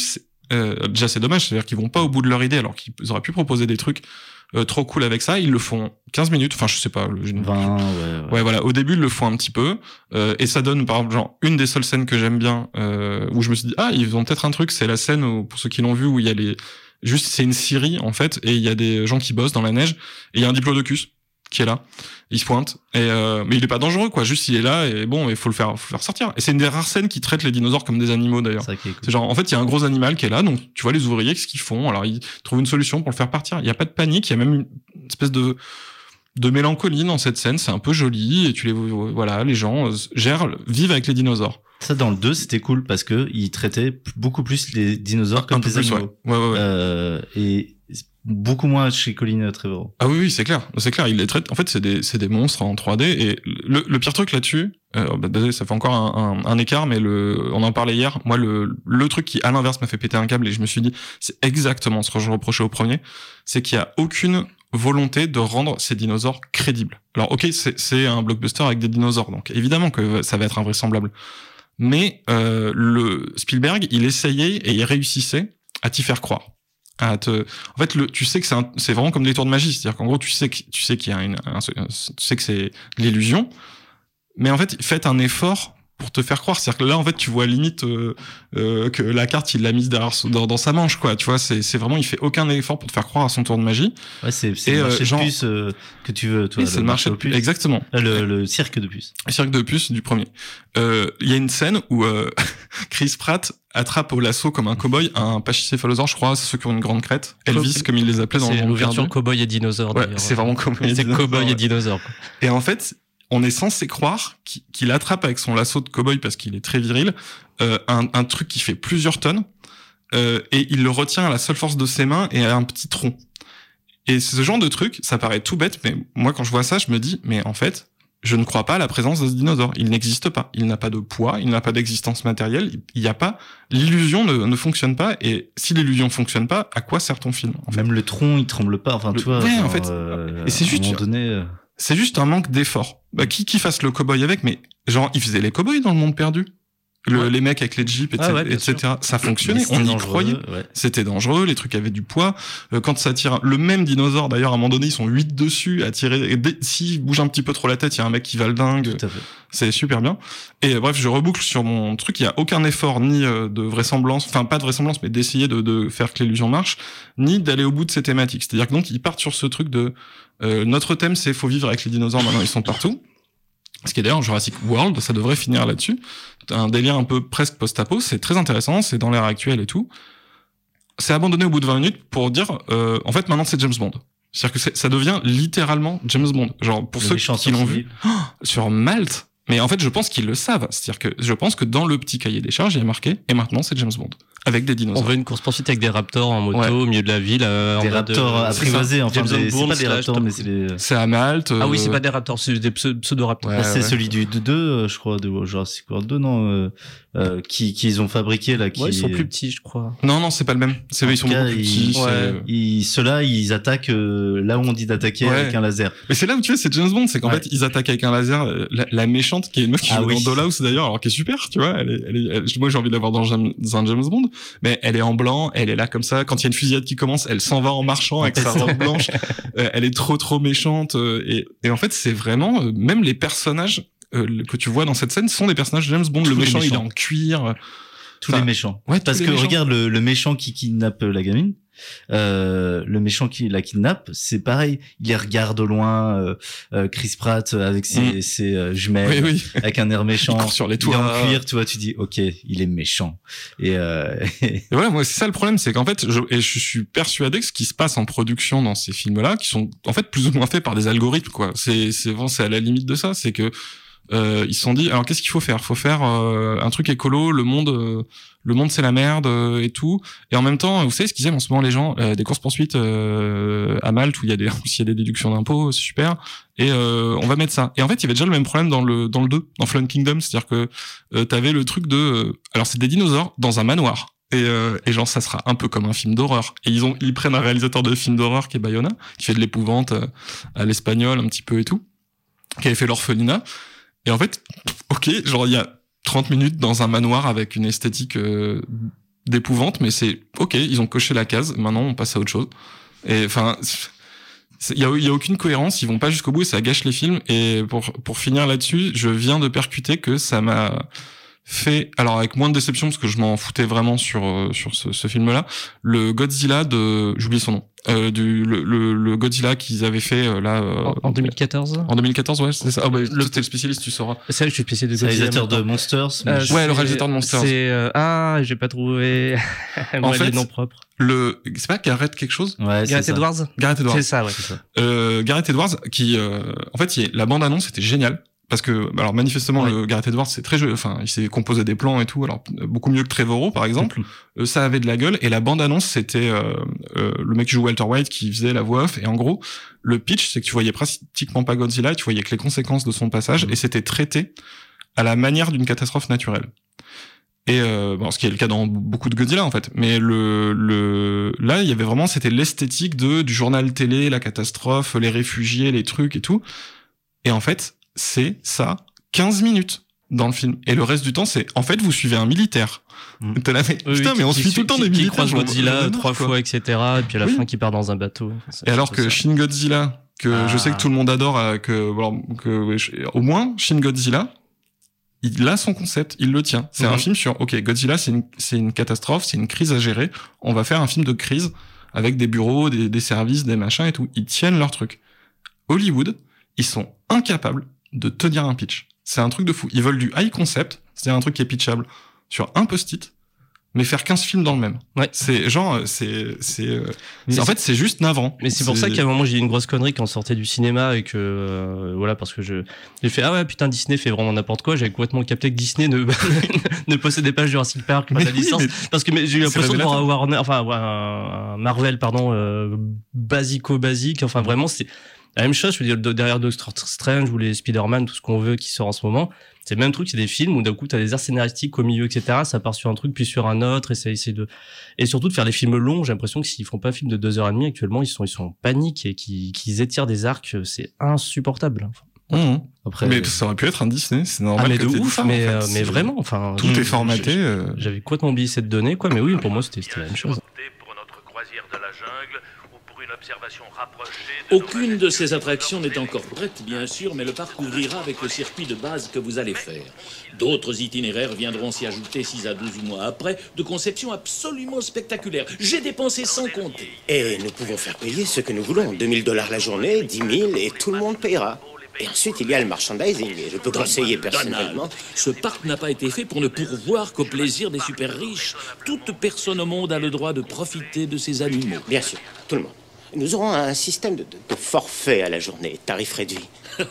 Déjà, c'est dommage, c'est-à-dire qu'ils vont pas au bout de leur idée, alors qu'ils auraient pu proposer des trucs trop cool avec ça. Ils le font 15 minutes, enfin, je sais pas. 20, ouais, voilà. Au début, ils le font un petit peu, et ça donne, par exemple, genre, une des seules scènes que j'aime bien, où je me suis dit, ils ont peut-être un truc, c'est la scène où, pour ceux qui l'ont vu, où il y a juste, c'est une scierie, en fait, et il y a des gens qui bossent dans la neige, et il y a un diplodocus qui est là, il se pointe, mais il est pas dangereux, quoi, juste il est là, et bon, il faut le faire sortir. Et c'est une des rares scènes qui traite les dinosaures comme des animaux, d'ailleurs. C'est genre, en fait, il y a un gros animal qui est là, donc tu vois les ouvriers, qu'est-ce qu'ils font? Alors, ils trouvent une solution pour le faire partir. Il y a pas de panique, il y a même une espèce de mélancolie dans cette scène, c'est un peu joli, et les gens vivent avec les dinosaures. Ça, dans le 2, c'était cool, parce que ils traitaient beaucoup plus les dinosaures comme des animaux. Ouais. Et beaucoup moins chez Colin Trevorrow. Ah oui, c'est clair. Il les traite. En fait, c'est des monstres en 3D. Et le pire truc là-dessus, désolé, ça fait encore un écart, mais on en parlait hier. Moi, le truc qui, à l'inverse, m'a fait péter un câble, et je me suis dit, c'est exactement ce que je reprochais au premier, c'est qu'il y a aucune volonté de rendre ces dinosaures crédibles. Alors, ok, c'est un blockbuster avec des dinosaures, donc évidemment que ça va être invraisemblable. Mais le Spielberg, il essayait et il réussissait à t'y faire croire. En fait, tu sais que c'est vraiment comme des tours de magie, c'est-à-dire qu'en gros, tu sais qu'il y a tu sais que c'est l'illusion, mais en fait, faites un effort pour te faire croire. C'est-à-dire que là, en fait, tu vois limite que la carte, il l'a mise dans sa manche, quoi. Tu vois, c'est vraiment, il fait aucun effort pour te faire croire à son tour de magie. Ouais, c'est le marché de puces que tu veux, toi. Oui, c'est le marché de puces. Exactement. Le cirque de puces. Le cirque de puces du premier. Il y a une scène où Chris Pratt attrape au lasso comme un cow-boy un pachycéphalosaure, je crois, c'est ceux qui ont une grande crête. Elvis, comme ils les appelaient dans l'ouverture cow-boy et dinosaure. Ouais, c'est vraiment cow-boy et dinosaure. Et en fait, on est censé croire qu'il attrape avec son lasso de cow-boy, parce qu'il est très viril, un truc qui fait plusieurs tonnes, et il le retient à la seule force de ses mains et à un petit tronc. Et ce genre de truc, ça paraît tout bête, mais moi quand je vois ça, je me dis, mais en fait, je ne crois pas à la présence de ce dinosaure. Il n'existe pas. Il n'a pas de poids, il n'a pas d'existence matérielle, il n'y a pas, l'illusion ne fonctionne pas, et si l'illusion fonctionne pas, à quoi sert ton film? En fait. Même le tronc, il tremble pas, enfin, tu vois. Ouais, en fait. Et c'est juste. À un moment donné, c'est juste un manque d'effort. Qui fasse le cow-boy avec, mais genre, ils faisaient les cow-boys dans le monde perdu. Les mecs avec les jeeps, etc. Ça fonctionnait, on y croyait. Ouais. C'était dangereux, les trucs avaient du poids. Quand ça tire, le même dinosaure, d'ailleurs, à un moment donné, ils sont 8 dessus à tirer. S'il bouge un petit peu trop la tête, il y a un mec qui va le dingue. Tout à fait. C'est super bien. Et bref, je reboucle sur mon truc. Il y a aucun effort, ni de vraisemblance, enfin pas de vraisemblance, mais d'essayer de faire que l'illusion marche, ni d'aller au bout de ces thématiques. C'est-à-dire que donc, ils partent sur ce truc de notre thème, c'est faut vivre avec les dinosaures. Maintenant, ils sont partout. Ce qui est d'ailleurs Jurassic World, ça devrait finir là-dessus. Un délire un peu presque post-apo, c'est très intéressant, c'est dans l'ère actuelle et tout. C'est abandonné au bout de 20 minutes pour dire, en fait, maintenant c'est James Bond. C'est-à-dire que ça devient littéralement James Bond. Genre, pour ceux qui l'ont vu, sur Malte. Mais en fait, je pense qu'ils le savent. C'est-à-dire que je pense que dans le petit cahier des charges, il y a marqué, et maintenant c'est James Bond. Avec des dinosaures. On veut une course-poursuite avec des raptors en moto au milieu de la ville. Des raptors apprivoisés, enfin, c'est pas des raptors, mais c'est des... C'est à Malte. Ah oui, c'est pas des raptors, c'est des pseudo-raptors. Ouais, c'est celui du 2, je crois, de Jurassic World 2, non, qu'ils ont fabriqué, là, qui... Ouais, ils sont plus petits, je crois. Non, c'est pas le même. C'est vrai, ils sont beaucoup plus petits. Ceux-là, ils attaquent là où on dit d'attaquer avec un laser. Mais c'est là où tu vois, c'est James Bond, c'est qu'en fait, ils attaquent avec un laser. La méchante, qui est une meuf qui joue dans Dollhouse, d'ailleurs, alors qui est super, tu vois. Moi, j'ai envie de la voir dans un James Bond, mais elle est en blanc, elle est là comme ça. Quand il y a une fusillade qui commence, elle s'en va en marchant avec sa robe blanche. Elle est trop méchante. Et en fait, c'est vraiment, même les personnages que tu vois dans cette scène sont des personnages de James Bond. Le méchant, il est en cuir. Tous les méchants. Ouais, parce que regarde le méchant qui kidnappe la gamine. Le méchant qui la kidnappe, c'est pareil. Il les regarde au loin, Chris Pratt avec ses jumelles, avec un air méchant. Il court sur les toits. Il est en cuir, tu vois, tu dis, ok, il est méchant. Et voilà, moi, c'est ça le problème, c'est qu'en fait, je suis persuadé que ce qui se passe en production dans ces films-là, qui sont, en fait, plus ou moins faits par des algorithmes, quoi. C'est à la limite de ça, c'est que, ils se sont dit, alors qu'est-ce qu'il faut faire? Faut faire un truc écolo, le monde c'est la merde et tout. Et en même temps, vous savez ce qu'ils aiment en ce moment les gens, des courses poursuites à Malte où il y a des déductions d'impôts, c'est super. Et on va mettre ça. Et en fait, il y avait déjà le même problème dans le 2, dans Fallen Kingdom, c'est-à-dire que t'avais le truc de alors c'est des dinosaures dans un manoir. Et genre ça sera un peu comme un film d'horreur. Et ils prennent un réalisateur de film d'horreur qui est Bayona, qui fait de l'épouvante à l'espagnol un petit peu et tout, qui avait fait l'Orphelinat. Et en fait, ok, genre il y a 30 minutes dans un manoir avec une esthétique d'épouvante, mais c'est ok, ils ont coché la case, maintenant on passe à autre chose. Et enfin, il y a aucune cohérence, ils vont pas jusqu'au bout et ça gâche les films. Et pour finir là-dessus, je viens de percuter que ça m'a fait, alors avec moins de déception parce que je m'en foutais vraiment sur ce film-là, le Godzilla j'oublie son nom, le Godzilla qu'ils avaient fait en 2014. En 2014, ouais, c'est ça. T'es le spécialiste, tu sauras. C'est vrai que je suis spécialiste de C'est Godzilla. réalisateur de Monsters. Ouais, le réalisateur de Monsters. C'est j'ai pas trouvé. En fait, les noms propres. C'est pas Gareth quelque chose? Ouais, Gareth Edwards. Gareth Edwards. C'est ça, ouais. Gareth Edwards qui, en fait, la bande-annonce était géniale. Parce que, alors manifestement, le Gareth Edwards, c'est très joli. Enfin, il s'est composé des plans et tout. Alors beaucoup mieux que Trevorrow, par exemple. Ça avait de la gueule. Et la bande-annonce, c'était le mec qui joue Walter White qui faisait la voix off. Et en gros, le pitch, c'est que tu voyais pratiquement pas Godzilla. Tu voyais que les conséquences de son passage. Et c'était traité à la manière d'une catastrophe naturelle. Et ce qui est le cas dans beaucoup de Godzilla en fait. Mais là, il y avait vraiment, c'était l'esthétique du journal télé, la catastrophe, les réfugiés, les trucs et tout. Et en fait, c'est ça 15 minutes dans le film. Et le reste du temps, c'est en fait vous suivez un militaire. T'es là, mais putain, mais on suit tout le temps des militaires. Qui croise Godzilla 3 fois, etc. Et puis à la fin, qui part dans un bateau. Et alors que Shin Godzilla, je sais que tout le monde adore, au moins Shin Godzilla, il a son concept, il le tient. C'est un film sur, Godzilla, c'est une catastrophe, c'est une crise à gérer. On va faire un film de crise avec des bureaux, des services, des machins et tout. Ils tiennent leur truc. Hollywood, ils sont incapables de tenir un pitch. C'est un truc de fou. Ils veulent du high concept, c'est-à-dire un truc qui est pitchable sur un post-it, mais faire 15 films dans le même. Ouais. C'est genre, en fait, c'est juste navrant. Mais c'est pour ça qu'à un moment, j'ai eu une grosse connerie quand on sortait du cinéma et que, parce que j'ai fait, ah ouais, putain, Disney fait vraiment n'importe quoi. J'avais complètement capté que Disney ne possédait pas Jurassic Park, pas la licence. Parce que j'ai eu l'impression de voir un Marvel, basique. Enfin, vraiment, c'est la même chose. Je veux dire, derrière Doctor Strange ou les Spider-Man, tout ce qu'on veut qui sort en ce moment, c'est le même truc. C'est des films où d'un coup t'as des arts scénaristiques au milieu, etc. Ça part sur un truc puis sur un autre et ça essaie et surtout de faire des films longs. J'ai l'impression que s'ils font pas un film de 2h30 actuellement, ils sont en panique et qu'ils étirent des arcs. C'est insupportable. Après, mais ça aurait pu être un Disney, c'est normal. Mais de ouf, mais vraiment, enfin. Tout est formaté. J'avais complètement oublié cette donnée, quoi. Mais oui, pour moi, c'était la même chose. Pour notre croisière de la jungle ou pour une observation rapprochée. Aucune de ces attractions n'est encore prête, bien sûr, mais le parc ouvrira avec le circuit de base que vous allez faire. D'autres itinéraires viendront s'y ajouter 6 à 12 mois après, de conception absolument spectaculaire. J'ai dépensé sans compter. Et nous pouvons faire payer ce que nous voulons. $2,000 la journée, 10 000, et tout le monde payera. Et ensuite, il y a le merchandising. Et je peux conseiller personnellement. Ce parc n'a pas été fait pour ne pourvoir qu'au plaisir des super riches. Toute personne au monde a le droit de profiter de ces animaux. Bien sûr, tout le monde. Nous aurons un système de forfait à la journée, tarif réduit.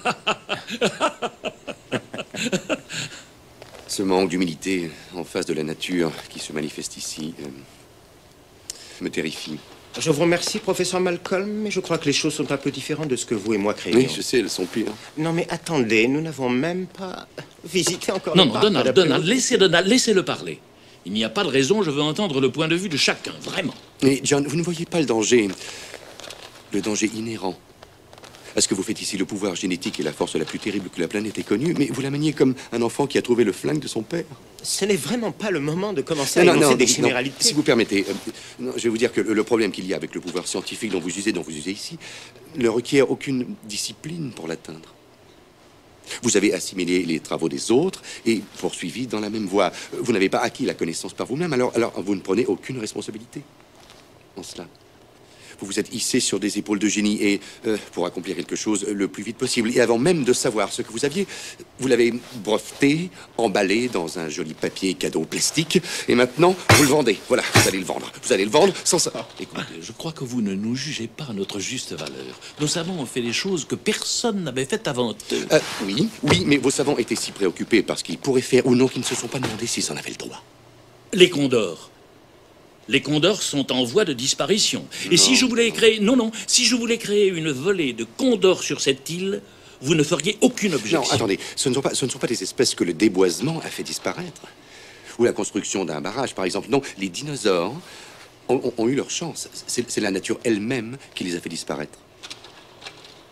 Ce manque d'humilité en face de la nature qui se manifeste ici me terrifie. Je vous remercie, professeur Malcolm, mais je crois que les choses sont un peu différentes de ce que vous et moi créons. Oui, je sais, elles sont pires. Non, mais attendez, nous n'avons même pas visité encore le parc. Non, Donald, laissez-le parler. Il n'y a pas de raison, je veux entendre le point de vue de chacun, vraiment. Mais John, vous ne voyez pas le danger inhérent à ce que vous faites ici. Le pouvoir génétique est la force la plus terrible que la planète ait connue, mais vous la maniez comme un enfant qui a trouvé le flingue de son père. Ce n'est vraiment pas le moment de commencer à énoncer des généralités. Si vous permettez, je vais vous dire que le problème qu'il y a avec le pouvoir scientifique dont vous usez ici, ne requiert aucune discipline pour l'atteindre. Vous avez assimilé les travaux des autres et poursuivi dans la même voie. Vous n'avez pas acquis la connaissance par vous-même, alors vous ne prenez aucune responsabilité en cela. Vous vous êtes hissé sur des épaules de génie et pour accomplir quelque chose le plus vite possible. Et avant même de savoir ce que vous aviez, vous l'avez breveté, emballé dans un joli papier cadeau plastique. Et maintenant, vous le vendez. Voilà, vous allez le vendre. Vous allez le vendre sans ça. Écoutez, je crois que vous ne nous jugez pas à notre juste valeur. Nos savants ont fait des choses que personne n'avait faites avant eux. Oui, mais vos savants étaient si préoccupés par ce qu'ils pourraient faire ou non qu'ils ne se sont pas demandé s'ils en avaient le droit. Les condors. Les condors sont en voie de disparition. Et si je voulais créer... si je voulais créer une volée de condors sur cette île, vous ne feriez aucune objection. Non, attendez, ce ne sont pas des espèces que le déboisement a fait disparaître. Ou la construction d'un barrage, par exemple. Non, les dinosaures ont eu leur chance. C'est la nature elle-même qui les a fait disparaître.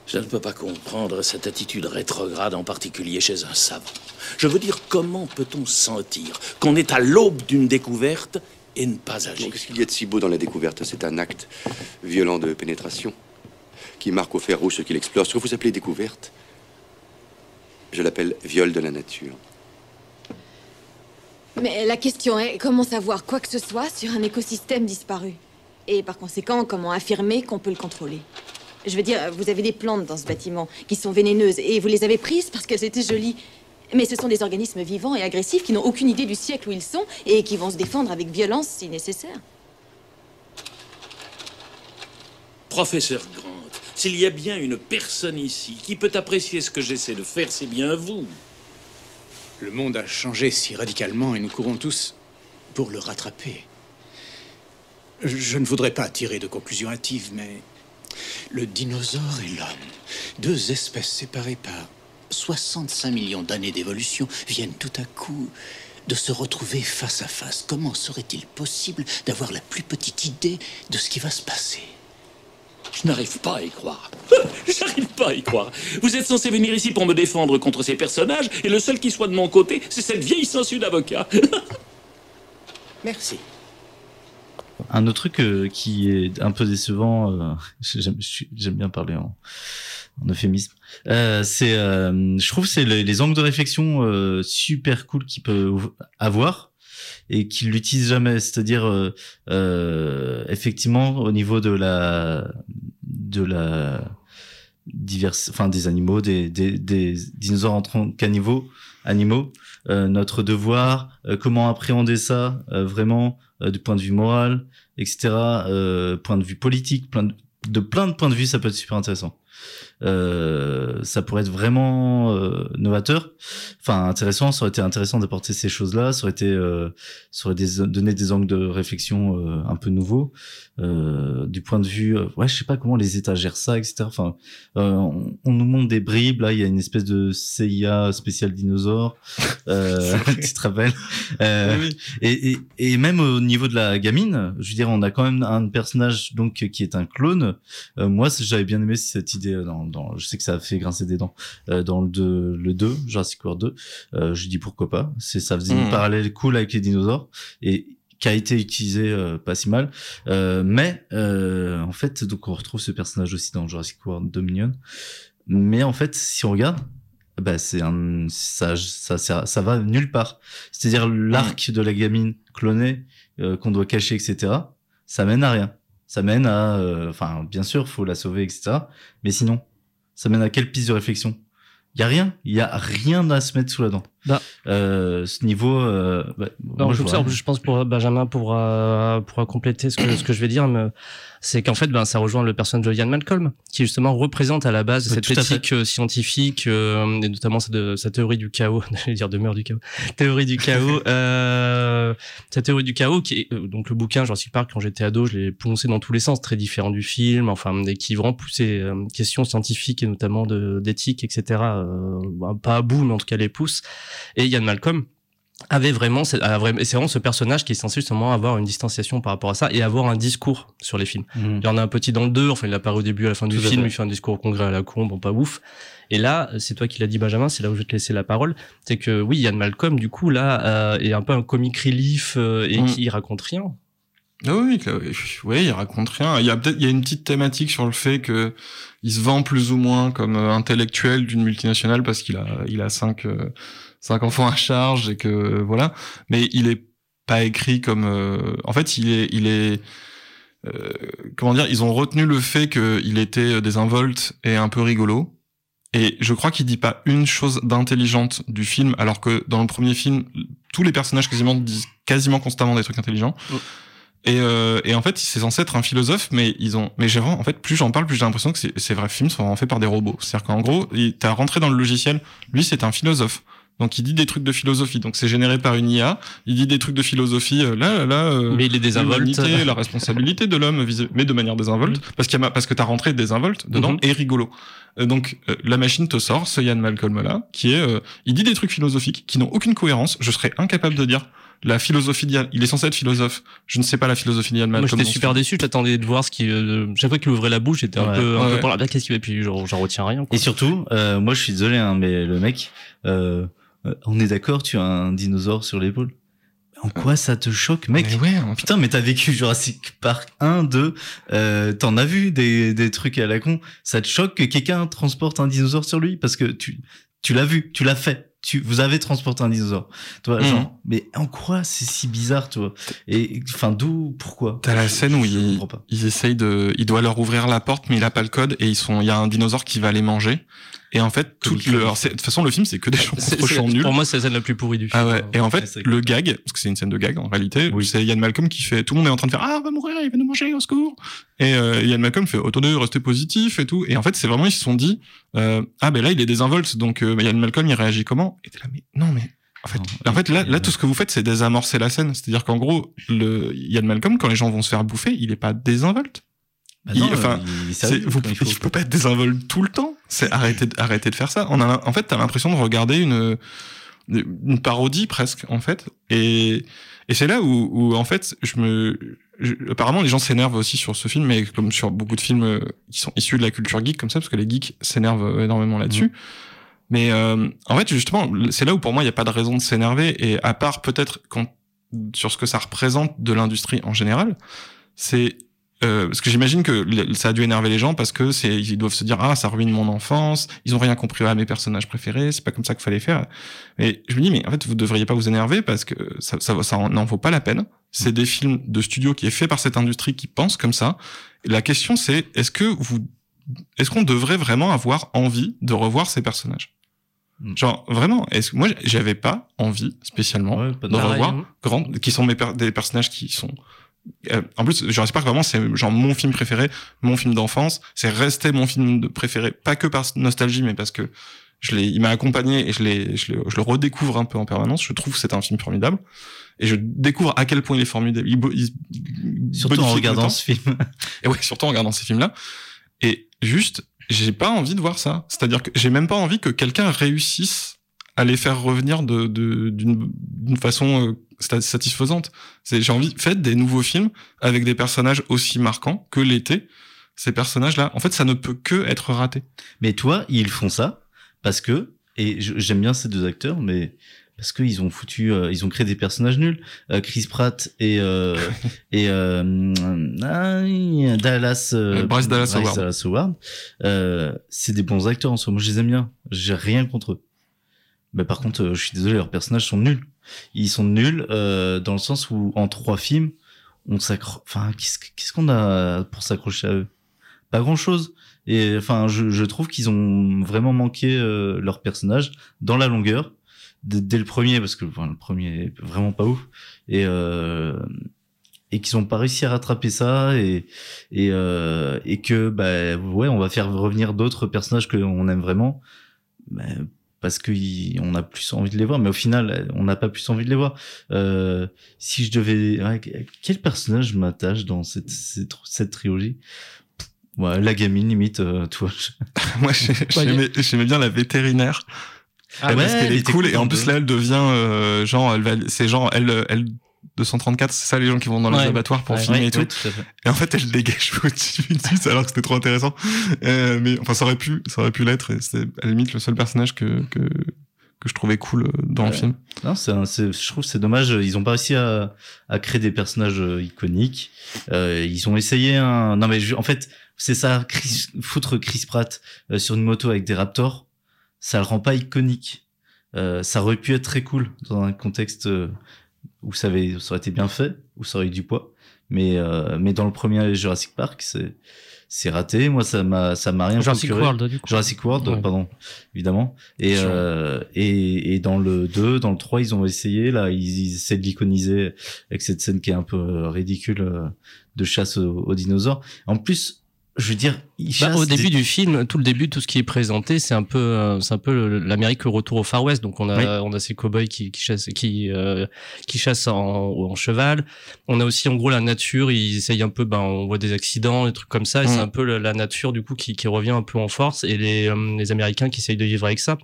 Je ne peux pas comprendre cette attitude rétrograde, en particulier chez un savant. Je veux dire, comment peut-on sentir qu'on est à l'aube d'une découverte et ne pas agir? Qu'est-ce qu'il y a de si beau dans la découverte? C'est un acte violent de pénétration qui marque au fer rouge ce qu'il explore. Ce que vous appelez découverte, je l'appelle viol de la nature. Mais la question est, comment savoir quoi que ce soit sur un écosystème disparu? Et par conséquent, comment affirmer qu'on peut le contrôler? Je veux dire, vous avez des plantes dans ce bâtiment qui sont vénéneuses et vous les avez prises parce qu'elles étaient jolies. Mais ce sont des organismes vivants et agressifs qui n'ont aucune idée du siècle où ils sont et qui vont se défendre avec violence si nécessaire. Professeur Grant, s'il y a bien une personne ici qui peut apprécier ce que j'essaie de faire, c'est bien vous. Le monde a changé si radicalement et nous courons tous pour le rattraper. Je ne voudrais pas tirer de conclusions hâtives, mais le dinosaure et l'homme, deux espèces séparées par 65 millions d'années d'évolution, viennent tout à coup de se retrouver face à face. Comment serait-il possible d'avoir la plus petite idée de ce qui va se passer? Je n'arrive pas à y croire. J'arrive pas à y croire. Vous êtes censé venir ici pour me défendre contre ces personnages, et le seul qui soit de mon côté, c'est cette vieille sangsue d'avocat. Merci. Un autre truc qui est un peu décevant, j'aime bien parler en euphémisme, je trouve c'est les angles de réflexion super cool qu'il peut avoir et qu'il l'utilise jamais. C'est-à-dire effectivement au niveau de la des animaux, des dinosaures en tant qu'animaux, notre devoir, comment appréhender ça vraiment du point de vue moral, etc., point de vue politique, plein de points de vue, ça peut être super intéressant. Ça pourrait être vraiment novateur, enfin intéressant. Ça aurait été intéressant d'apporter ces choses-là. Ça aurait donné des angles de réflexion un peu nouveaux du point de vue. Je sais pas comment les États gèrent ça, etc. Enfin, on nous montre des bribes. Là, il y a une espèce de CIA spécial dinosaure. Tu te rappelles oui. Et même au niveau de la gamine, je veux dire, on a quand même un personnage donc qui est un clone. Moi, j'avais bien aimé cette idée je sais que ça a fait grincer des dents dans le 2, Jurassic World 2. Je dis pourquoi pas. Ça faisait une parallèle cool avec les dinosaures et qui a été utilisé pas si mal. Mais en fait, donc on retrouve ce personnage aussi dans Jurassic World Dominion. Mais en fait, si on regarde, ça va nulle part. C'est-à-dire l'arc de la gamine clonée qu'on doit cacher, etc. Ça mène à rien. Ça mène à, bien sûr, faut la sauver, etc. Mais sinon, ça mène à quelle piste de réflexion? Il y a rien à se mettre sous la dent. Ce niveau, moi, je pense pour Benjamin pourra compléter ce que je vais dire, mais c'est qu'en fait, ça rejoint le personnage de Ian Malcolm, qui justement représente à la base cette éthique scientifique, et notamment sa théorie du chaos, j'allais dire demeure du chaos, théorie du chaos, cette théorie du chaos qui est, donc le bouquin Jurassic Park, quand j'étais ado, je l'ai poncé dans tous les sens, très différent du film, et qui vraiment poussait questions scientifiques et notamment d'éthique, etc. Pas à bout, mais en tout cas les pousse. Et Ian Malcolm c'est vraiment ce personnage qui est censé justement avoir une distanciation par rapport à ça et avoir un discours sur les films. Il y en a un petit dans le 2, il apparaît au début, à la fin du film, il fait un discours au congrès à la con, pas ouf. Et là, c'est toi qui l'as dit, Benjamin, c'est là où je vais te laisser la parole. C'est que oui, Ian Malcolm, du coup, là, est un peu un comic relief et qui raconte rien. Oui, il raconte rien. Il y a une petite thématique sur le fait que il se vend plus ou moins comme intellectuel d'une multinationale parce qu'il a 5 enfants à charge et que voilà. Mais il est pas écrit comme, en fait, il est comment dire, ils ont retenu le fait qu'il était désinvolte et un peu rigolo. Et je crois qu'il dit pas une chose d'intelligente du film, alors que dans le premier film, tous les personnages quasiment disent quasiment constamment des trucs intelligents. Et en fait, c'est censé être un philosophe, mais en fait, plus j'en parle, plus j'ai l'impression que ces vrais films sont vraiment faits par des robots. C'est-à-dire qu'en gros, t'as rentré dans le logiciel, lui, c'est un philosophe. Donc, il dit des trucs de philosophie. Donc, c'est généré par une IA. Il dit des trucs de philosophie, mais il est désinvolte. La responsabilité de l'homme, mais de manière désinvolte. Parce que t'as rentré désinvolte dedans et rigolo. Donc, la machine te sort ce Ian Malcolm là, qui est, il dit des trucs philosophiques qui n'ont aucune cohérence. Je serais incapable de dire la philosophie il est censé être philosophe. Je ne sais pas la philosophie d'Ian Malcolm. Moi, j'étais super déçu. J'attendais de voir ce qui, chaque fois qu'il ouvrait la bouche, j'étais un peu pour la qu'est-ce qu'il fait, puis j'en retiens rien, quoi. Et surtout, moi, je suis désolé, hein, mais le mec, on est d'accord, tu as un dinosaure sur l'épaule. En quoi ça te choque, mec? Putain, mais t'as vécu Jurassic Park 1, 2, t'en as vu des trucs à la con. Ça te choque que quelqu'un transporte un dinosaure sur lui? Parce que tu l'as vu, tu l'as fait. Vous avez transporté un dinosaure. Toi, genre, mais en quoi c'est si bizarre, toi? Et, enfin, pourquoi? T'as la scène où ils essayent il doit leur ouvrir la porte, mais il a pas le code, et il y a un dinosaure qui va les manger. Et en fait, de toute façon, le film, c'est que des chants nuls. Pour moi, c'est la scène la plus pourrie du film. Ah ouais. Et en fait, le gag, parce que c'est une scène de gag, en réalité, c'est Ian Malcolm qui fait, tout le monde est en train de faire, on va mourir, il va nous manger, au secours. Et, Ian Malcolm fait, attendez, restez positif et tout. Et en fait, c'est vraiment, ils se sont dit, ben là, il est désinvolte, donc, Ian Malcolm, il réagit comment? Et t'es là, mais non, mais, en fait, là, tout ce que vous faites, c'est désamorcer la scène. C'est-à-dire qu'en gros, Ian Malcolm, quand les gens vont se faire bouffer, il est pas désinvolte. Bah non, il peut pas être désinvolte tout le temps. C'est arrêter de faire ça. En fait, t'as l'impression de regarder une parodie presque, en fait. Et c'est là où en fait, apparemment, les gens s'énervent aussi sur ce film, mais comme sur beaucoup de films qui sont issus de la culture geek, comme ça, parce que les geeks s'énervent énormément là-dessus. Mais en fait, justement, c'est là où pour moi, il n'y a pas de raison de s'énerver. Et à part peut-être sur ce que ça représente de l'industrie en général, c'est parce que j'imagine que ça a dû énerver les gens parce que ils doivent se dire ça ruine mon enfance, ils ont rien compris à mes personnages préférés, c'est pas comme ça qu'il fallait faire. Mais je me dis mais en fait vous devriez pas vous énerver parce que ça n'en vaut pas la peine. C'est des films de studio qui est fait par cette industrie qui pense comme ça. Et la question c'est est-ce qu'on devrait vraiment avoir envie de revoir ces personnages? Genre vraiment, moi j'avais pas envie spécialement de revoir qui sont des personnages qui sont en plus Jurassic Park vraiment c'est genre mon film préféré, mon film d'enfance, c'est resté mon film préféré, pas que par nostalgie mais parce que il m'a accompagné et je le redécouvre un peu en permanence. Je trouve que c'est un film formidable et je découvre à quel point il est formidable. Surtout en regardant ce film. Et ouais, surtout en regardant ces films-là. Et juste, j'ai pas envie de voir ça. C'est-à-dire que j'ai même pas envie que quelqu'un réussisse à les faire revenir d'une façon satisfaisante. J'ai envie, faites des nouveaux films avec des personnages aussi marquants que l'étaient ces personnages-là. En fait, ça ne peut que être raté. Mais toi, ils font ça parce que, et j'aime bien ces deux acteurs, mais parce qu'ils ont ils ont créé des personnages nuls. Chris Pratt et Bryce Dallas Howard. C'est des bons acteurs en soi. Moi, je les aime bien. J'ai rien contre eux. Mais par contre, je suis désolé, leurs personnages sont nuls. Ils sont nuls dans le sens où en 3 films, on s'accroche. Enfin, qu'est-ce qu'on a pour s'accrocher à eux? Pas grand-chose. Et enfin, je trouve qu'ils ont vraiment manqué leurs personnages dans la longueur dès le premier, parce que le premier est vraiment pas ouf. Et qu'ils ont pas réussi à rattraper ça et que on va faire revenir d'autres personnages qu'on aime vraiment. Parce que on a plus envie de les voir, mais au final, on n'a pas plus envie de les voir. Si je devais, quel personnage m'attache dans cette trilogie? La gamine limite, toi. Moi, j'aimais bien la vétérinaire. Parce qu'elle est cool et en plus là, elle devient elle 234, c'est ça les gens qui vont dans les abattoirs pour filmer et tout. Et en fait, elle dégage au-dessus alors que c'était trop intéressant. Mais enfin, ça aurait pu l'être. Et c'était à la limite le seul personnage que je trouvais cool dans le film. Non, je trouve que c'est dommage. Ils ont pas réussi à créer des personnages iconiques. Ils ont essayé non mais en fait, c'est ça. Foutre Chris Pratt sur une moto avec des raptors, ça le rend pas iconique. Ça aurait pu être très cool dans un contexte où ça aurait été bien fait, où ça aurait eu du poids, mais dans le premier Jurassic Park, c'est raté. Moi, ça m'a rien Jurassic procuré. World, du coup. Jurassic World, pardon, évidemment. Et dans le 2, dans le 3, ils ont essayé, là, ils essaient de l'iconiser avec cette scène qui est un peu ridicule de chasse aux dinosaures. En plus, je veux dire, au début du film, tout le début, tout ce qui est présenté, c'est un peu l'Amérique, le retour au Far West. Donc on a ces cow-boys qui chassent en cheval. On a aussi en gros la nature. Ils essayent un peu, on voit des accidents, des trucs comme ça. Et c'est un peu la nature du coup qui revient un peu en force. Et les Américains qui essayent de vivre avec ça.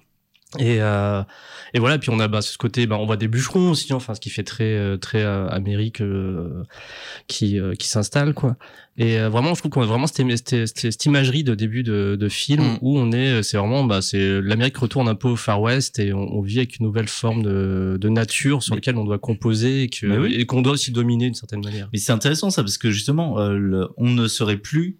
Et voilà, puis on a ce côté, on voit des bûcherons aussi, enfin ce qui fait très Amérique qui s'installe quoi. Et vraiment, je trouve qu'on a vraiment cette imagerie de début de film où c'est vraiment c'est l'Amérique retourne un peu au Far West et on vit avec une nouvelle forme de nature sur laquelle on doit composer et qu'on doit aussi dominer d'une certaine manière. Mais c'est intéressant ça parce que justement on ne serait plus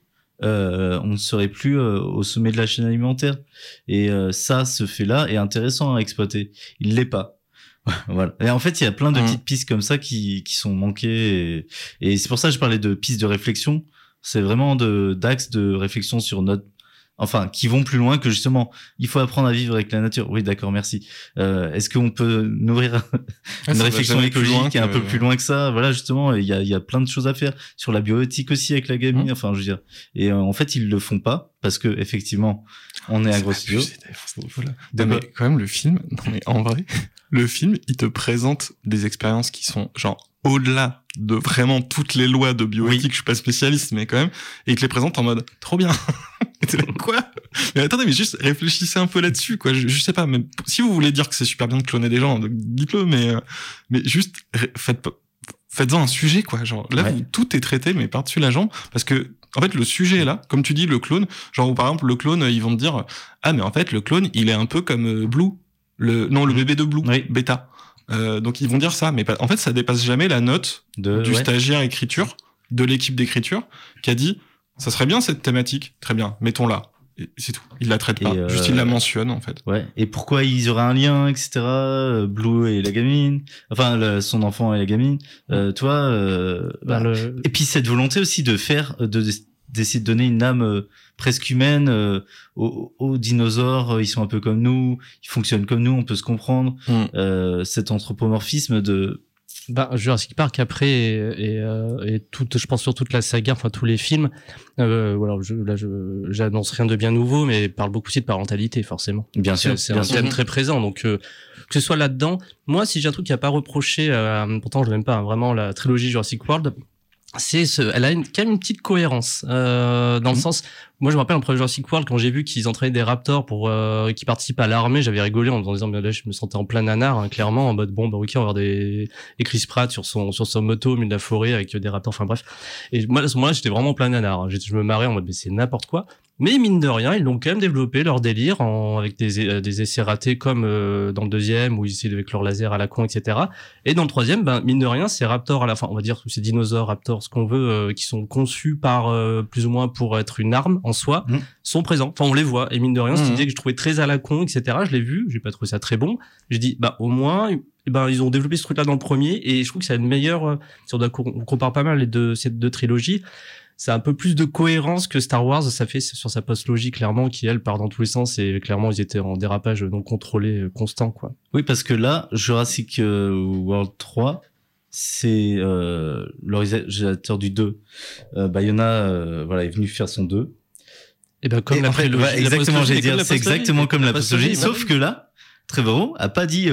au sommet de la chaîne alimentaire et ça, ce fait-là est intéressant à exploiter. Il l'est pas. Voilà. Et en fait, il y a plein de petites pistes comme ça qui sont manquées et c'est pour ça que je parlais de pistes de réflexion. C'est vraiment d'axes de réflexion sur qui vont plus loin que justement, il faut apprendre à vivre avec la nature. Oui, d'accord, merci. Est-ce qu'on peut nourrir une réflexion écologique un peu plus loin que ça? Voilà, justement, il y a plein de choses à faire sur la bioéthique aussi avec la gamine. Enfin, je veux dire. Et en fait, ils le font pas parce que effectivement, on est à gros studio. Mais quand même, le film, en vrai, le film, il te présente des expériences qui sont genre au-delà de vraiment toutes les lois de bioéthique. Je suis pas spécialiste, mais quand même, et il te les présente en mode trop bien. Quoi? Mais attendez, mais juste réfléchissez un peu là-dessus, quoi. Je sais pas, mais si vous voulez dire que c'est super bien de cloner des gens, dites-le, mais juste faites-en un sujet, quoi. Genre là, tout est traité, mais par-dessus la jambe, parce que en fait, le sujet est là, comme tu dis, le clone. Genre, par exemple, le clone, ils vont te dire, mais en fait, le clone, il est un peu comme Blue, le bébé de Blue, Beta. Donc ils vont dire ça, mais en fait, ça dépasse jamais la note du stagiaire écriture, de l'équipe d'écriture, qui a dit, ça serait bien cette thématique, très bien, mettons-la. Et c'est tout. Il la traite pas. Juste il la mentionne en fait. Ouais. Et pourquoi ils auraient un lien, etc. Blue et la gamine. Enfin, son enfant et la gamine. Et puis cette volonté aussi de faire, d'essayer de donner une âme presque humaine aux dinosaures. Ils sont un peu comme nous. Ils fonctionnent comme nous. On peut se comprendre. Cet anthropomorphisme de Jurassic Park après et je pense sur toute la saga, enfin tous les films. Voilà, j'annonce rien de bien nouveau, mais parle beaucoup aussi de parentalité, forcément. Bien sûr, c'est un thème très présent. Donc que ce soit là-dedans, moi, si j'ai un truc qui a pas reproché, pourtant je l'aime pas vraiment la trilogie Jurassic World, elle a quand même une petite cohérence dans le sens. Moi, je me rappelle en premier Jurassic World, quand j'ai vu qu'ils entraînaient des raptors pour qui participent à l'armée, j'avais rigolé en me disant, mais là, je me sentais en plein nanar, hein, clairement, en mode ok, on va avoir des Chris Pratt sur son moto au milieu de la forêt avec des raptors, enfin bref. Et moi, à ce moment-là, j'étais vraiment en plein nanar. Hein. Je me marrais en mode, mais c'est n'importe quoi. Mais mine de rien, ils l'ont quand même développé leur délire avec des essais ratés comme dans le deuxième où ils essaient avec leur laser à la con, etc. Et dans le troisième, mine de rien, ces raptors à la fin, on va dire ces dinosaures, raptors, ce qu'on veut, qui sont conçus par plus ou moins pour être une arme en soi, sont présents. Enfin, on les voit. Et mine de rien, cette idée que je trouvais très à la con, etc. Je l'ai vu, j'ai pas trouvé ça très bon. J'ai dit, au moins, ils ont développé ce truc-là dans le premier, et je trouve que c'est une meilleure. Si on compare pas mal ces deux trilogies. C'est un peu plus de cohérence que Star Wars, ça fait sur sa post-logie, clairement, qui, elle, part dans tous les sens, et clairement, ils étaient en dérapage non contrôlé, constant, quoi. Oui, parce que là, Jurassic World 3, c'est le réalisateur du 2. Bayona, est venu faire son 2. Et comme la prélogie. Exactement, j'allais dire, c'est exactement comme la post-logie, sauf que là, Trevorrow a pas dit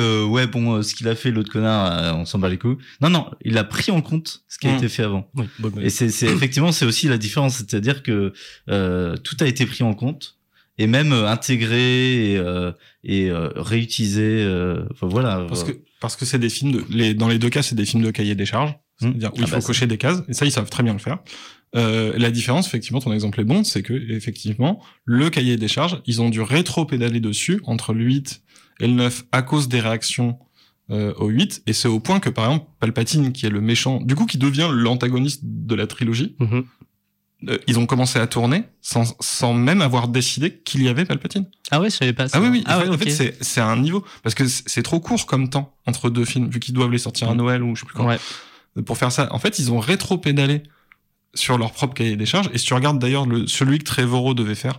ce qu'il a fait l'autre connard, on s'en bat les couilles. Non, il a pris en compte ce qui a été fait avant. Oui, et c'est effectivement c'est aussi la différence, c'est-à-dire que tout a été pris en compte et même intégré et réutilisé. Voilà. Parce que c'est des films dans les deux cas, c'est des films de cahier des charges, c'est-à-dire où il faut cocher des cases, et ça ils savent très bien le faire. La différence, effectivement, ton exemple est bon, c'est que effectivement le cahier des charges, ils ont dû rétro-pédaler dessus entre le 8 et le 9 à cause des réactions au 8, et c'est au point que, par exemple, Palpatine, qui est le méchant, du coup, qui devient l'antagoniste de la trilogie, ils ont commencé à tourner sans même avoir décidé qu'il y avait Palpatine. Ah ouais, je savais pas ça. Ah oui. En fait, c'est un niveau, parce que c'est trop court comme temps entre deux films, vu qu'ils doivent les sortir à Noël ou je sais plus quand. Ouais. Pour faire ça, en fait, ils ont rétro-pédalé sur leur propre cahier des charges, et si tu regardes d'ailleurs celui que Trevorrow devait faire,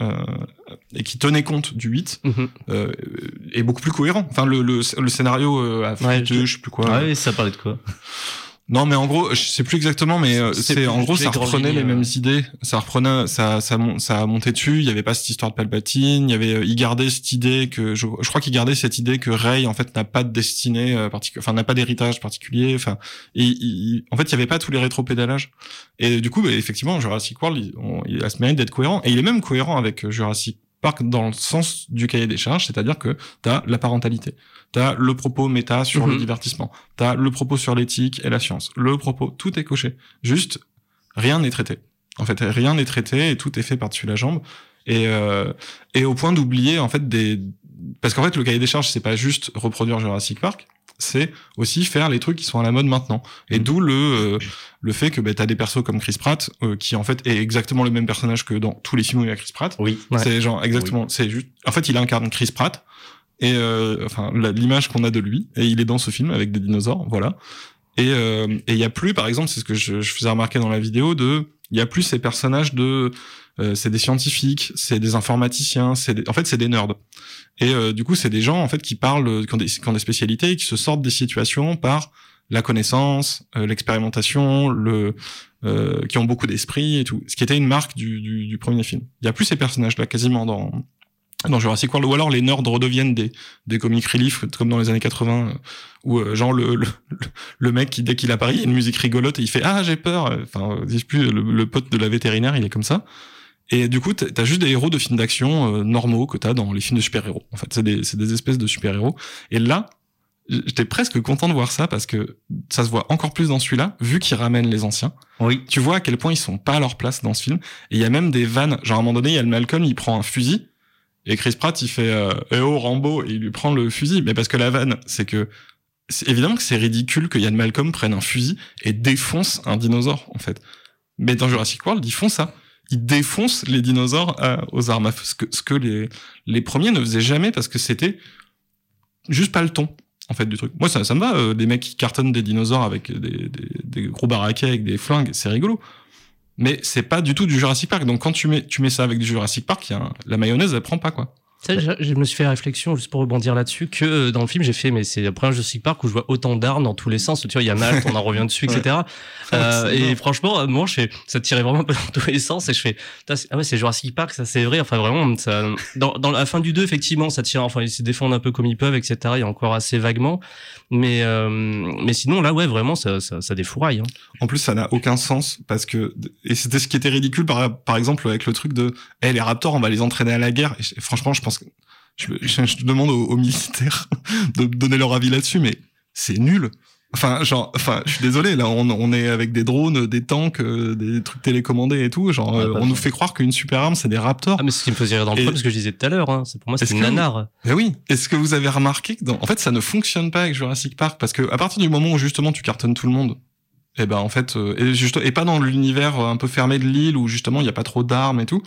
et qui tenait compte du 8 est beaucoup plus cohérent. Enfin, le scénario a fait je sais plus quoi. Ouais, ça parlait de quoi? Non, mais en gros, je sais plus exactement, mais en gros, ça reprenait les mêmes idées. Ça reprenait, ça a monté dessus. Il y avait pas cette histoire de Palpatine. Il gardait cette idée que je crois qu'il gardait cette idée que Rey en fait n'a pas de destinée particulière, n'a pas d'héritage particulier. En fait, il y avait pas tous les rétropédalages. Et du coup, effectivement, Jurassic World, il a ce mérite d'être cohérent. Et il est même cohérent avec Jurassic Park dans le sens du cahier des charges, c'est-à-dire que t'as la parentalité, t'as le propos méta sur le divertissement, t'as le propos sur l'éthique et la science, le propos, tout est coché. Juste, rien n'est traité. En fait, rien n'est traité et tout est fait par-dessus la jambe. Et au point d'oublier, en fait, parce qu'en fait, le cahier des charges, c'est pas juste reproduire Jurassic Park, c'est aussi faire les trucs qui sont à la mode maintenant. Et d'où le fait que t'as des persos comme Chris Pratt qui en fait est exactement le même personnage que dans tous les films où il y a Chris Pratt. Oui. C'est genre exactement, c'est juste. En fait, il incarne Chris Pratt et l'image qu'on a de lui et il est dans ce film avec des dinosaures, voilà. Et il y a plus, par exemple, c'est ce que je faisais remarquer dans la vidéo il y a plus ces personnages c'est des scientifiques, c'est des informaticiens, en fait, c'est des nerds. Et du coup, c'est des gens en fait qui parlent, qui ont des spécialités et qui se sortent des situations par la connaissance, l'expérimentation, qui ont beaucoup d'esprit et tout. Ce qui était une marque du premier film. Il y a plus ces personnages-là quasiment dans Jurassic World, ou alors les nerds redeviennent des comic relief comme dans les années 80 où genre le mec qui dès qu'il apparaît il y a une musique rigolote et il fait j'ai peur, enfin je sais plus, le pote de la vétérinaire il est comme ça. Et du coup t'as juste des héros de films d'action normaux que t'as dans les films de super-héros. En fait c'est des espèces de super-héros. Et là j'étais presque content de voir ça parce que ça se voit encore plus dans celui-là vu qu'il ramène les anciens. Oui. Tu vois à quel point ils sont pas à leur place dans ce film. Et il y a même des vannes, genre à un moment donné il y a le Malcolm, il prend un fusil. Et Chris Pratt, il fait oh Rambo, et il lui prend le fusil. Mais parce que la vanne, c'est que évidemment que c'est ridicule que Ian Malcolm prenne un fusil et défonce un dinosaure, en fait. Mais dans Jurassic World, ils font ça. Ils défoncent les dinosaures aux armes à feu. Ce que les premiers ne faisaient jamais parce que c'était juste pas le ton, en fait, du truc. Moi, ça me va, des mecs qui cartonnent des dinosaures avec des gros baraquets avec des flingues, c'est rigolo. Mais c'est pas du tout du Jurassic Park. Donc quand tu mets ça avec du Jurassic Park, la mayonnaise elle prend pas quoi. Ça, je me suis fait la réflexion juste pour rebondir là-dessus que dans le film j'ai fait mais c'est le premier Jurassic Park où je vois autant d'armes dans tous les sens. Tu vois il y a Malte, on en revient dessus etc. Et franchement moi ça tirait vraiment dans tous les sens et je fais c'est Jurassic Park ça c'est vrai enfin vraiment ça dans la fin du 2 effectivement ça tire enfin ils se défendent un peu comme ils peuvent etc. Il y a encore assez vaguement mais sinon là ouais vraiment ça défouraille. En plus ça n'a aucun sens parce que et c'était ce qui était ridicule par exemple avec le truc de les raptors on va les entraîner à la guerre et franchement je pense que je demande aux militaires de donner leur avis là-dessus, mais c'est nul. Enfin, je suis désolé, là, on est avec des drones, des tanks, des trucs télécommandés et tout, on nous fait croire qu'une super arme, c'est des raptors. Ah, mais c'est ce qui me faisait rire dans le film, parce que je disais tout à l'heure, c'est pour moi, c'est une nanar. Mais oui. Est-ce que vous avez remarqué que en fait, ça ne fonctionne pas avec Jurassic Park, parce que à partir du moment où justement tu cartonnes tout le monde, et ben, en fait, et pas dans l'univers un peu fermé de l'île où justement il y a pas trop d'armes et tout,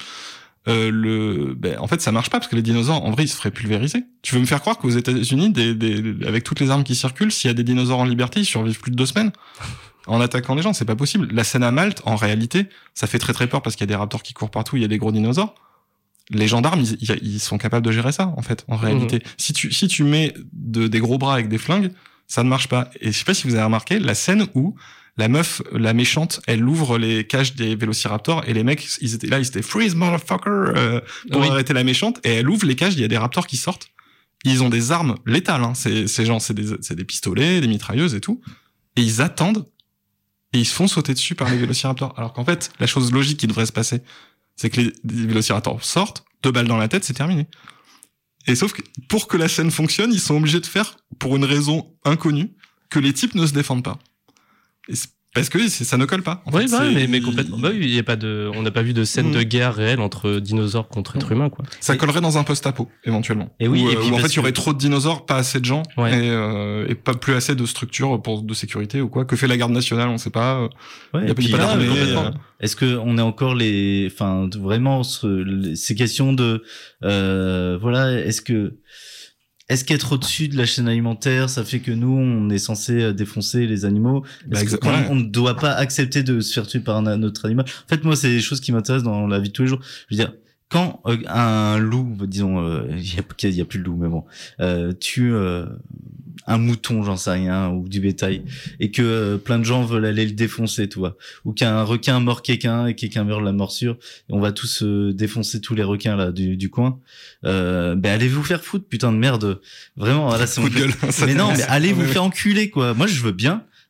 en fait ça marche pas parce que les dinosaures en vrai ils se feraient pulvériser. Tu veux me faire croire qu'aux États-Unis avec toutes les armes qui circulent, s'il y a des dinosaures en liberté ils survivent plus de 2 semaines en attaquant les gens? C'est pas possible. La scène à Malte en réalité ça fait très très peur parce qu'il y a des raptors qui courent partout, il y a des gros dinosaures. Les gendarmes ils sont capables de gérer ça en fait en réalité. Si tu mets des gros bras avec des flingues ça ne marche pas. Et je sais pas si vous avez remarqué la scène où la meuf, la méchante, elle ouvre les cages des vélociraptors et les mecs, ils étaient freeze motherfucker pour arrêter la méchante et elle ouvre les cages, il y a des raptors qui sortent. Ils ont des armes létales, c'est des pistolets, des mitrailleuses et tout. Et ils attendent et ils se font sauter dessus par les vélociraptors. Alors qu'en fait, la chose logique qui devrait se passer, c'est que les vélociraptors sortent, 2 balles dans la tête, c'est terminé. Et sauf que pour que la scène fonctionne, ils sont obligés de faire, pour une raison inconnue, que les types ne se défendent pas. Parce que ça ne colle pas. Oui, mais complètement. Bah oui, il y a pas on n'a pas vu de scène de guerre réelle entre dinosaures contre êtres humains, quoi. Ça collerait dans un post-apo, éventuellement. Et oui, et puis en fait, il y aurait trop de dinosaures, pas assez de gens, et pas plus assez de structures de sécurité ou quoi. Que fait la garde nationale, on sait pas. Ouais, il y a pas d'armée. Est-ce que on est encore vraiment ces questions de, voilà, est-ce qu'être au-dessus de la chaîne alimentaire, ça fait que nous, on est censé défoncer les animaux? On ne doit pas accepter de se faire tuer par un autre animal? En fait, moi, c'est des choses qui m'intéressent dans la vie de tous les jours. Je veux dire, quand un loup, disons, il y a plus de loup, mais bon, tue un mouton, j'en sais rien, ou du bétail, et que plein de gens veulent aller le défoncer, tu vois, ou qu'un requin mord quelqu'un et quelqu'un meurt de la morsure, et on va tous défoncer tous les requins là du coin. Allez vous faire foutre, putain de merde, vraiment. Là, c'est gueule, mais non, mais allez vous faire enculer, quoi. Moi, je veux bien.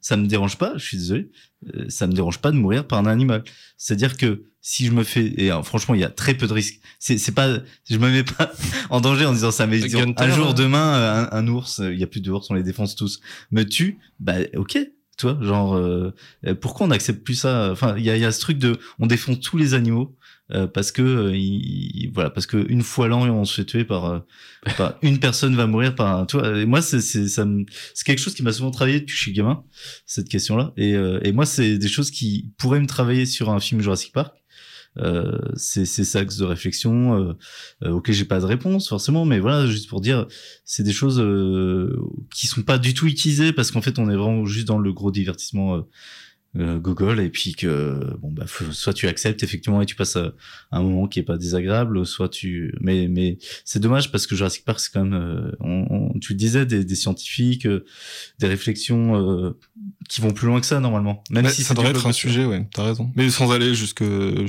ça me dérange pas, je suis désolé, ça me dérange pas de mourir par un animal. C'est-à-dire que si je me fais, et franchement, il y a très peu de risques. C'est pas, je me mets pas en danger en disant ça, mais un jour, demain, un ours, il y a plus d'ours, on les défonce tous, me tue, bah, ok. Tu vois, genre, pourquoi on n'accepte plus ça? Enfin, il y a ce truc de, on défonce tous les animaux parce que voilà, parce que une fois l'an on se fait tuer par une personne va mourir par tu vois. Et moi, c'est quelque chose qui m'a souvent travaillé depuis que je suis gamin, cette question-là. Et moi, c'est des choses qui pourraient me travailler sur un film Jurassic Park. C'est ça axe de réflexion auquel j'ai pas de réponse forcément, mais voilà, juste pour dire, c'est des choses qui sont pas du tout utilisées parce qu'en fait on est vraiment juste dans le gros divertissement Google, et puis que bon bah soit tu acceptes effectivement et tu passes un moment qui est pas désagréable, soit tu mais c'est dommage parce que Jurassic Park c'est quand même tu le disais, des scientifiques, des réflexions qui vont plus loin que ça normalement, même si ça devrait être un sujet, ouais, t'as raison, mais sans aller jusqu'à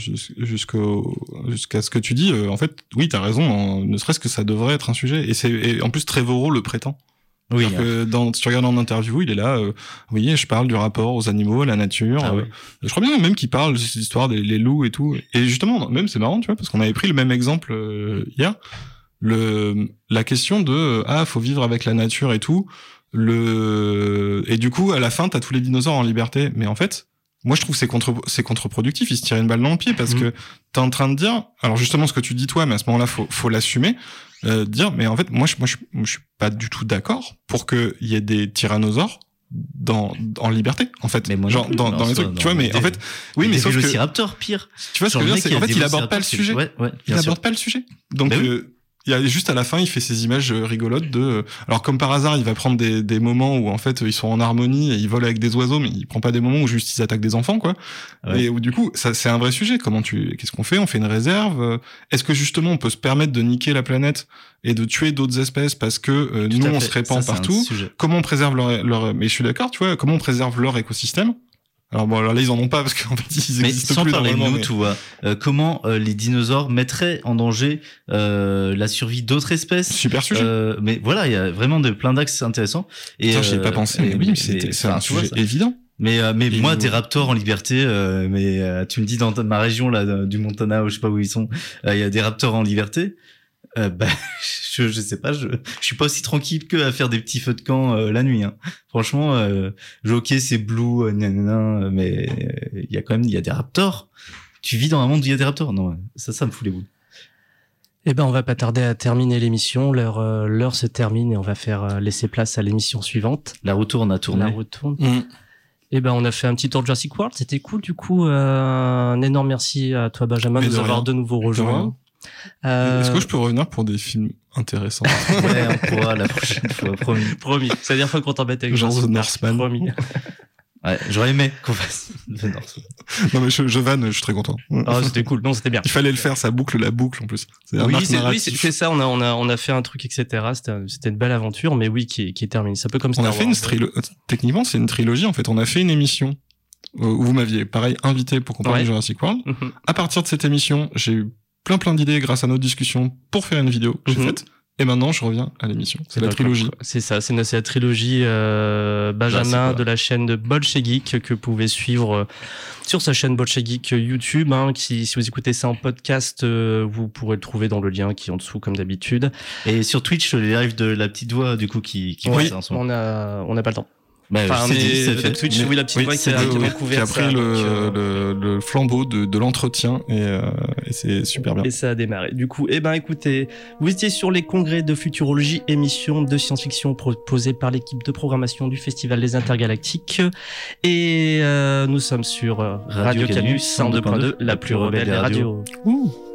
ce que tu dis, en fait oui t'as raison, ne serait-ce que ça devrait être un sujet, et en plus Trevorrow le prétend. Oui, que si tu regardes en interview, il est là, oui, je parle du rapport aux animaux, à la nature. Ah, oui. Je crois bien même qu'il parle de cette histoire des loups et tout. Et justement, même c'est marrant, tu vois, parce qu'on avait pris le même exemple hier, la question de faut vivre avec la nature et tout. Et du coup, à la fin, t'as tous les dinosaures en liberté. Mais en fait, moi, je trouve que c'est contre-productif. Ils se tirent une balle dans le pied parce que t'es en train de dire, alors justement ce que tu dis toi, mais à ce moment-là, faut l'assumer. Dire, mais en fait, moi, je suis pas du tout d'accord pour qu'il y ait des tyrannosaures en liberté, en fait. Mais moi, genre, dans les trucs, tu vois, mais en fait, oui, mais sauf que. Des Raptor, pire. Tu vois ce que je veux dire, c'est, en fait, il aborde pas le sujet. Il aborde pas le sujet. Donc, il y a juste à la fin, il fait ces images rigolotes alors comme par hasard, il va prendre des moments où en fait ils sont en harmonie et ils volent avec des oiseaux, mais il prend pas des moments où juste ils attaquent des enfants, quoi. Ouais. Et où du coup, ça c'est un vrai sujet. Qu'est-ce qu'on fait? On fait une réserve? Est-ce que justement on peut se permettre de niquer la planète et de tuer d'autres espèces parce que nous on se répand partout? Comment on préserve leur mais je suis d'accord, tu vois, comment on préserve leur écosystème? Alors bon, alors là ils en ont pas parce qu'en fait ils existent plus normalement. Mais sans parler de nous, comment les dinosaures mettraient en danger la survie d'autres espèces. Super sujet. Mais voilà, il y a vraiment plein d'axes intéressants. Et j'y ai pas pensé. Mais oui, c'est un sujet évident. Mais moi, des raptors en liberté, tu me dis dans ma région là du Montana, ou je sais pas où ils sont, il y a des raptors en liberté. Je sais pas, je suis pas aussi tranquille que à faire des petits feux de camp la nuit, hein. Franchement, ok, c'est blue, mais il y a des raptors. Tu vis dans un monde où il y a des raptors? Non, ça me fout les boules. Eh ben, on va pas tarder à terminer l'émission. L'heure se termine et on va laisser place à l'émission suivante. La roue tourne à tourner. La roue tourne. Eh ben, on a fait un petit tour de Jurassic World. C'était cool. Du coup, un énorme merci à toi, Benjamin, de nous avoir de nouveau rejoints. Est-ce que je peux revenir pour des films intéressants? Ouais, on pourra la prochaine fois, promis. Promis. C'est la dernière fois qu'on t'embête avec genre The Northman. Promis. Ouais, j'aurais aimé qu'on fasse The Northman. Non mais je vanne, je suis très content. Ah, c'était cool. Non, c'était bien. Il fallait le faire, ça boucle la boucle en plus. C'est ça. On a fait un truc, etc. C'était une belle aventure, mais oui, qui est terminée. C'est un peu comme Star Wars. On a fait techniquement, c'est une trilogie en fait. On a fait une émission où vous m'aviez pareil invité pour qu'on parle de Jurassic World. À partir de cette émission, j'ai eu plein d'idées grâce à notre discussion pour faire une vidéo que j'ai faite. Et maintenant, je reviens à l'émission. C'est la trilogie. C'est ça, c'est la trilogie Benjamin de la chaîne de Bolchegeek que vous pouvez suivre sur sa chaîne Bolchegeek YouTube. Si vous écoutez ça en podcast, vous pourrez le trouver dans le lien qui est en dessous comme d'habitude. Et sur Twitch, les lives de la petite voix du coup qui passe en ce moment. On n'a pas le temps. Twitch, oui, la petite voix qui a pris le flambeau de l'entretien et c'est super bien. Et ça a démarré. Du coup, écoutez, vous étiez sur les congrès de futurologie, émission de science-fiction proposée par l'équipe de programmation du Festival des Intergalactiques. Et nous sommes sur Radio Canus 102.2, la plus rebelle des radios.